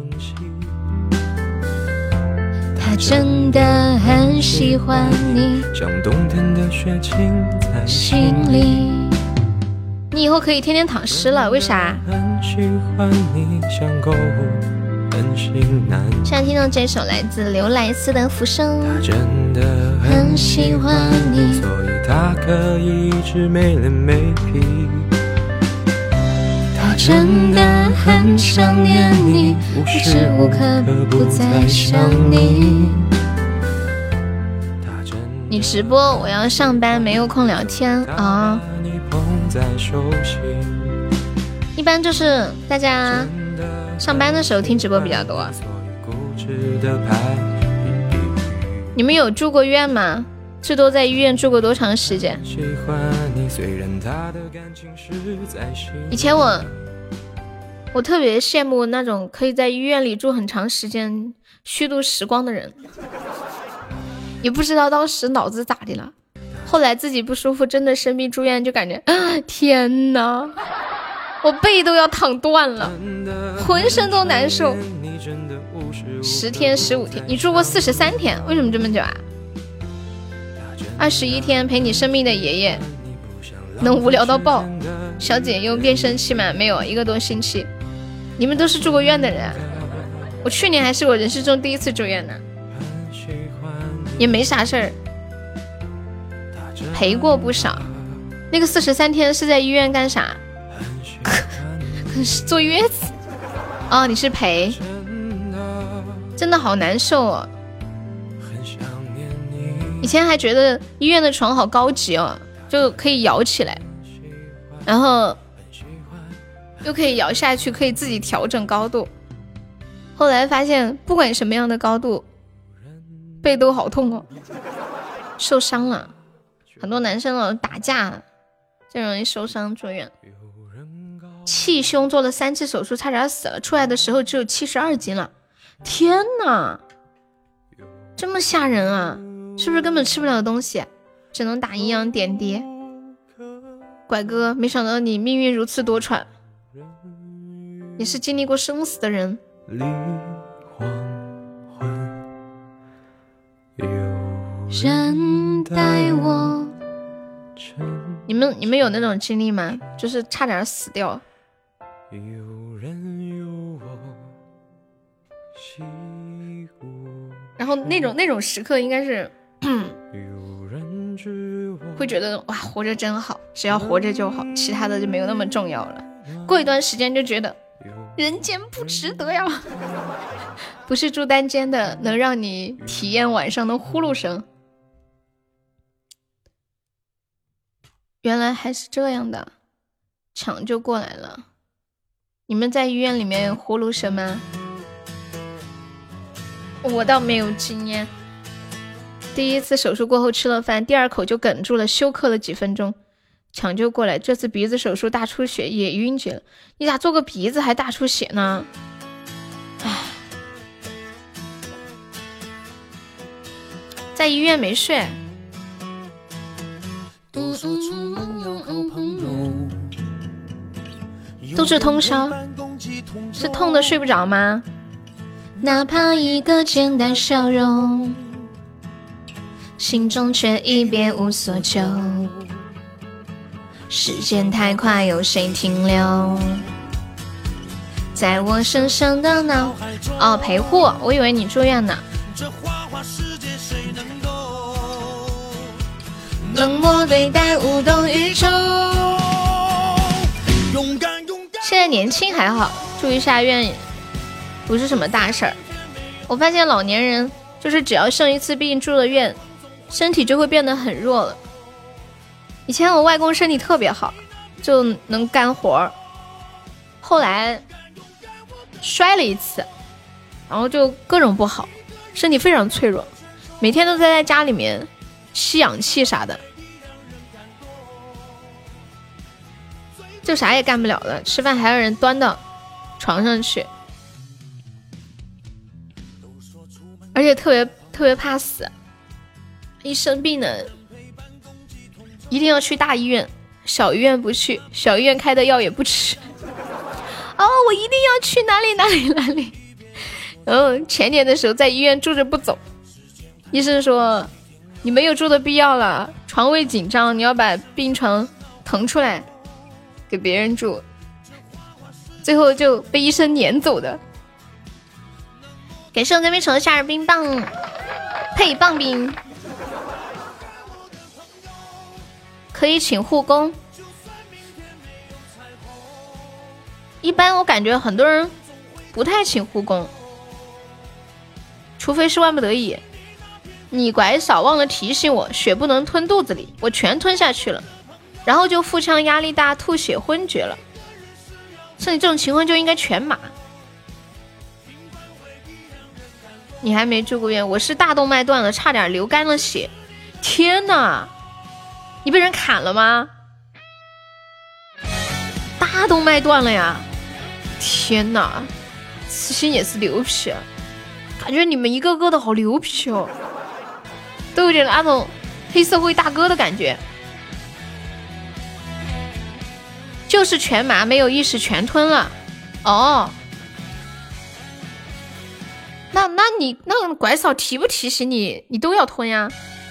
他真的很喜欢你，像冬天的雪浸在心里。你以后可以天天躺尸了，为啥？现在听到这首来自刘莱斯的《浮生》，他真的很喜欢你，所以他可以一直没脸没皮。他真的很想念你，无时无刻不在想你。你直播，我要上班，没有空聊天啊。一般就是大家上班的时候听直播比较多。你们有住过院吗？最多在医院住过多长时间？以前我特别羡慕那种可以在医院里住很长时间虚度时光的人，也不知道当时脑子咋的了。后来自己不舒服，真的生病住院，就感觉天哪，我背都要躺断了，浑身都难受。10天15天，你住过43天，为什么这么久啊？21天陪你生病的爷爷，能无聊到爆。小姐用变声器吗？没有，1个多星期。你们都是住过院的人，我去年还是我人生中第一次住院呢，也没啥事儿，陪过不少。那个43天是在医院干啥？是坐月子。哦，你是陪，真的好难受哦。以前还觉得医院的床好高级哦，就可以摇起来，然后又可以摇下去，可以自己调整高度。后来发现不管什么样的高度，背都好痛哦，受伤了。很多男生哦打架最容易受伤住院。气胸做了3次手术，差点死了，出来的时候只有72斤了。天哪，这么吓人啊！是不是根本吃不了东西，只能打营养点滴？拐哥，没想到你命运如此多舛，你是经历过生死的人。人带我，你们有那种经历吗？就是差点死掉。然后那种时刻应该是会觉得哇，活着真好，只要活着就好，其他的就没有那么重要了。过一段时间就觉得人间不值得呀。不是住单间的能让你体验晚上的呼噜声。原来还是这样的，抢救过来了。你们在医院里面呼噜声吗？我倒没有经验。第一次手术过后吃了饭，第2口就哽住了，休克了几分钟，抢救过来。这次鼻子手术大出血，也晕厥了。你咋做个鼻子还大出血呢？唉，在医院没睡。都是通宵。 是痛的睡不着吗？哪怕一个简单笑容，心中却已别无所求。时间太快，有谁停留在我身上的脑？哦，陪护，我以为你住院呢。冷漠对待，无动于衷。现在年轻还好，住一下院不是什么大事儿。我发现老年人就是只要生一次病住了院，身体就会变得很弱了。以前我外公身体特别好，就能干活，后来摔了一次，然后就各种不好，身体非常脆弱，每天都在家里面吸氧气啥的，就啥也干不了了，吃饭还要人端到床上去，而且特别怕死，一生病了一定要去大医院，小医院不去，小医院开的药也不吃。哦，我一定要去哪里。然后前年的时候在医院住着不走，医生说你没有住的必要了，床位紧张，你要把病床腾出来给别人住，最后就被医生撵走的。感谢我隔壁城的夏日冰棒配棒冰，可以请护工。一般我感觉很多人不太请护工，除非是万不得已。你拐嫂忘了提醒我，血不能吞肚子里，我全吞下去了，然后就腹腔压力大，吐血昏厥了。像你这种情况就应该全麻。你还没住过院，我是大动脉断了，差点流干了血。天哪，你被人砍了吗？大动脉断了呀！天哪，此心也是牛皮，感觉你们一个个的好牛皮哦，都有点那种黑社会大哥的感觉。就是全麻，没有意识，全吞了。哦，那拐嫂提不提醒你，你都要吞呀。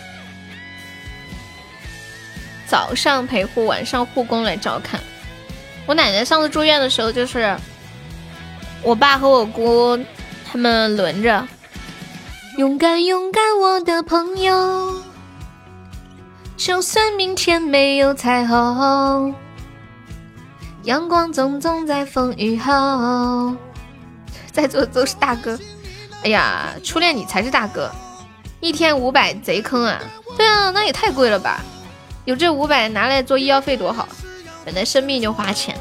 早上陪护，晚上护工来照看。我奶奶上次住院的时候，就是我爸和我姑他们轮着。勇敢勇敢我的朋友，就算明天没有彩虹，阳光总在风雨后。在座的都是大哥。哎呀，初恋你才是大哥，一天500贼坑啊！对啊，那也太贵了吧，有这500拿来做医药费多好，本来生病就花钱。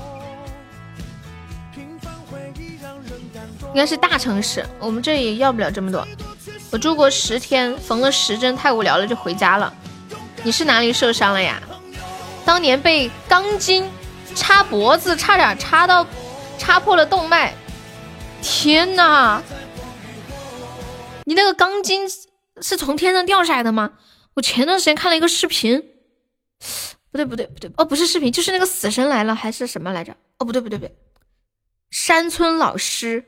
应该是大城市，我们这里要不了这么多。我住过10天，缝了10针，太无聊了就回家了。你是哪里受伤了呀？当年被钢筋插脖子，差点插破了动脉。天哪，你那个钢筋是从天上掉下来的吗？我前段时间看了一个视频，不对，哦，不是视频，就是那个死神来了还是什么来着？哦，不对，山村老师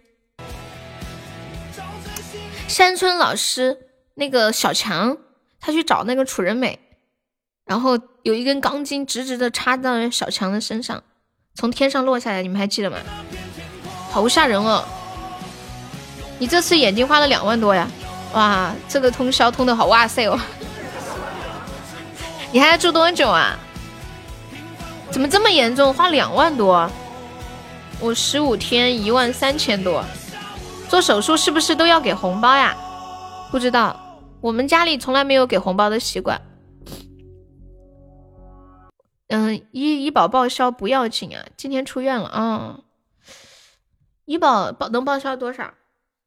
那个小强，他去找那个楚人美，然后有一根钢筋直直的插到小强的身上，从天上落下来，你们还记得吗？好吓人哦！你这次眼睛花了2万多呀！哇，这个通宵通的好哇塞哦！你还要住多久啊？怎么这么严重？花2万多？我15天13000多。做手术是不是都要给红包呀？不知道，我们家里从来没有给红包的习惯。医保报销不要紧啊，今天出院了啊。医保能报销多少？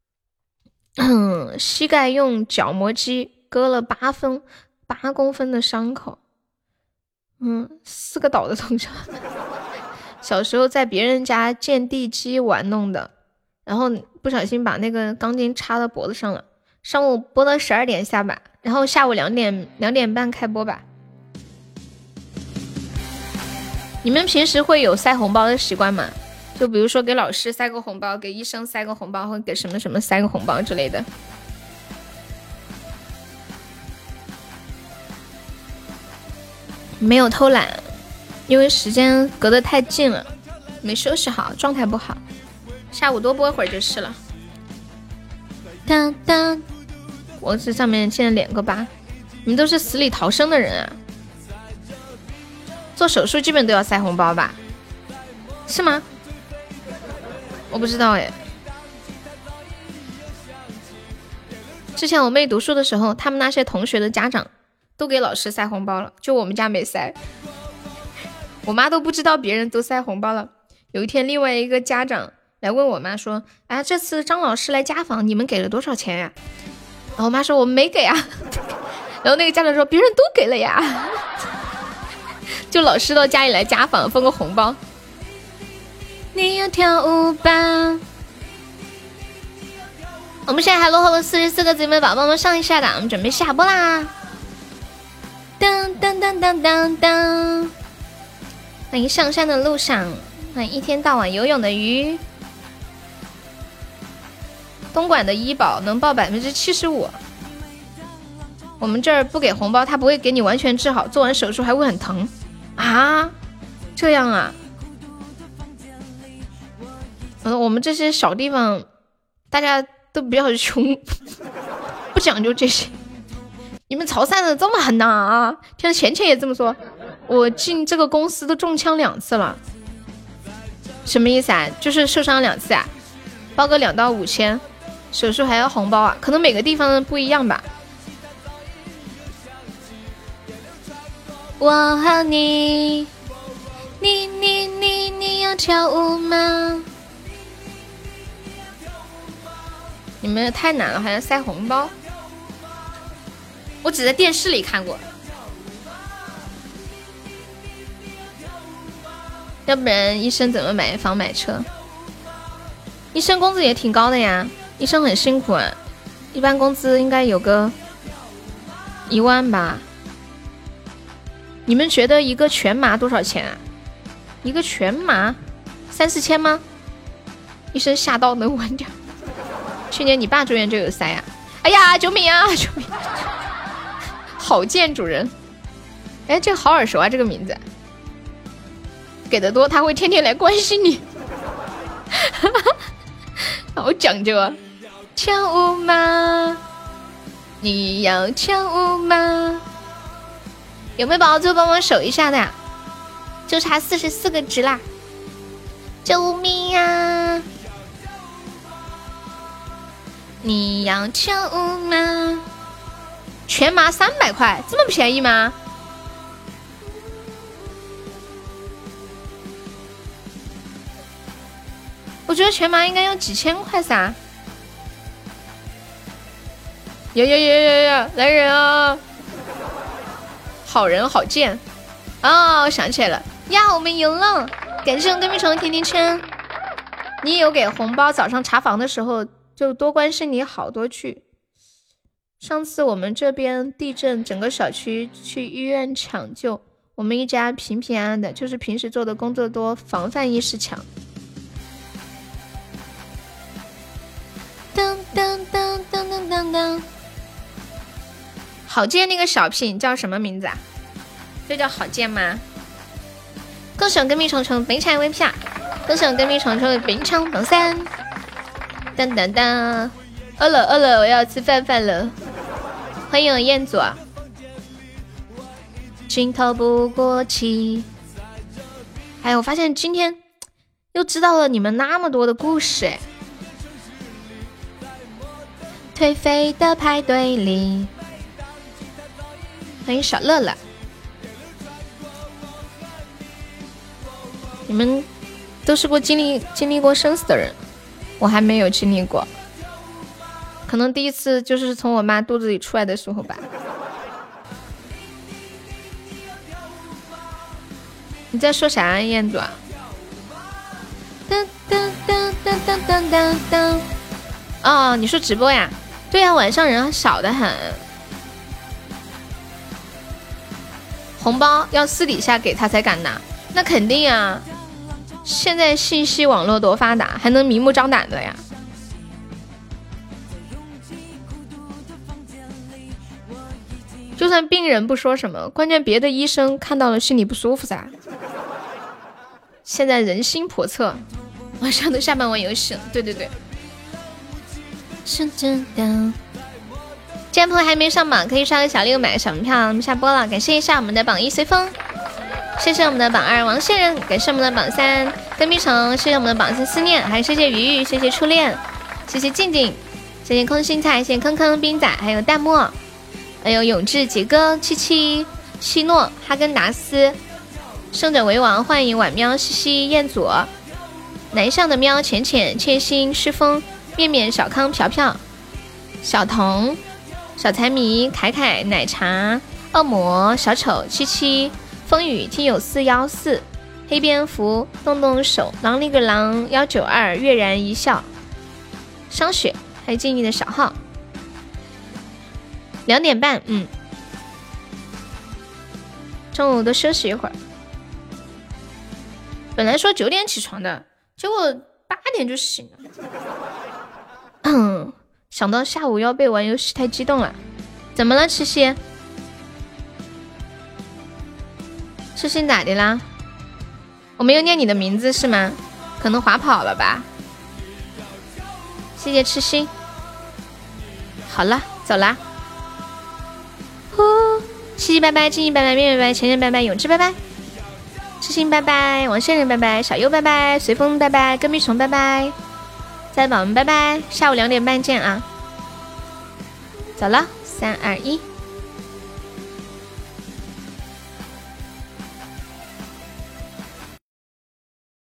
膝盖用角膜机割了8公分的伤口。4个岛的同学，小时候在别人家建地基玩弄的，然后不小心把那个钢筋插到脖子上了。上午播到12点下吧，然后下午2点半开播吧。你们平时会有塞红包的习惯吗？ 就比如说给老师塞个红包，给医生塞个红包，或者给什么什么塞个红包之类的。没有偷懒，因为时间隔得太近了，没休息好，状态不好。下午多播一会儿就是了。当当，我这上面现在2个疤，你们都是死里逃生的人啊！做手术基本都要塞红包吧？是吗？我不知道哎。之前我妹读书的时候，他们那些同学的家长都给老师塞红包了，就我们家没塞。我妈都不知道别人都塞红包了。有一天，另外一个家长来问我妈说：“啊，这次张老师来家访，你们给了多少钱呀？”然后我妈说：“我们没给啊。”然后那个家长说：“别人都给了呀。”就老师到家里来家访，分个红包。你要跳舞吧？我们现在还落后了44个姊妹宝宝们上一下的，我们准备下播啦！当当当当当当！欢迎上山的路上，欢迎一天到晚游泳的鱼。东莞的医保能报75%，我们这儿不给红包，他不会给你完全治好，做完手术还会很疼啊！这样啊？我们这些小地方，大家都比较穷，不讲究这些。你们潮汕的这么狠呐啊！听浅浅也这么说，我进这个公司都中枪2次了，什么意思啊？就是受伤2次啊，包个2到5千，手术还要红包啊？可能每个地方不一样吧。我和你，你要跳舞吗？你们太难了，还要塞红包。我只在电视里看过，要不然医生怎么买房买车？医生工资也挺高的呀，医生很辛苦啊，一般工资应该有个1万吧。你们觉得一个全麻多少钱啊？一个全麻3-4千吗？医生下刀能稳点。去年你爸住院就有塞呀！哎呀，救命啊！救命！好贱主人，哎，这个好耳熟啊，这个名字。给的多，他会天天来关心你。好讲究啊！跳舞吗？你要跳舞吗？有没有宝宝就帮忙守一下的呀？就差44个值啦！救命呀！你要跳舞吗？全麻300块，这么便宜吗？我觉得全麻应该要几千块噻。有，来人啊！好人好贱哦！我想起来了呀，我们赢了！感谢我跟蜜虫的甜甜圈。你有给红包，早上查房的时候就多关心你好多句。上次我们这边地震，整个小区去医院抢救，我们一家平平安安的，就是平时做的工作多，防范意识强。当当当当当当当，好贱那个小品叫什么名字啊？就叫好贱吗？恭喜我跟蜜虫虫本场 VP， 恭喜我跟蜜虫虫本场榜3。当当当，饿了，我要吃饭了。欢迎我彦祖，惊涛不过气。哎，我发现今天又知道了你们那么多的故事哎。颓废的派对里，欢迎小乐乐。你们都是经历过生死的人，我还没有经历过。可能第一次就是从我妈肚子里出来的时候吧。你在说啥啊，彦祖啊？哦，你说直播呀？对啊，晚上人少得很。红包要私底下给他才敢拿，那肯定啊。 现在信息网络多发达，还能明目张胆的呀？就算病人不说什么，关键别的医生看到了心里不舒服噻。现在人心叵测，晚上都下班玩游戏了。对对对，是真的。既然朋友还没上榜，可以刷个小6买个小门票。我们下播了，感谢一下我们的榜1随风，谢谢我们的榜2王仙人，感谢我们的榜3跟碧城，谢谢我们的榜4思念，还谢谢鱼鱼，谢谢初恋，谢谢静静，谢谢空心菜，谢谢坑坑冰仔，还有淡漠，还有永志杰哥七七希诺哈根达斯，胜者为王，幻影晚喵西西彦佐，南上的喵浅浅切心诗风面面小康朴朴小童小财迷凯凯奶茶恶魔小丑七七风雨听友414黑蝙蝠动动手狼里个狼192跃然一笑商雪还有静静的小号。2点半，中午多休息一会儿。本来说9点起床的，结果8点就醒了。想到下午要被玩游戏太激动了。怎么了痴心？痴心咋的啦？我没有念你的名字是吗？可能滑跑了吧。谢谢痴心。好了，走啦。西西拜拜，静静拜拜，面面拜拜，浅浅拜拜，永志拜拜，痴心拜拜，王仙人拜拜，小优拜拜，随风拜拜，跟屁虫拜拜，在宝们拜拜，下午2点半见啊！走了，3、2、1。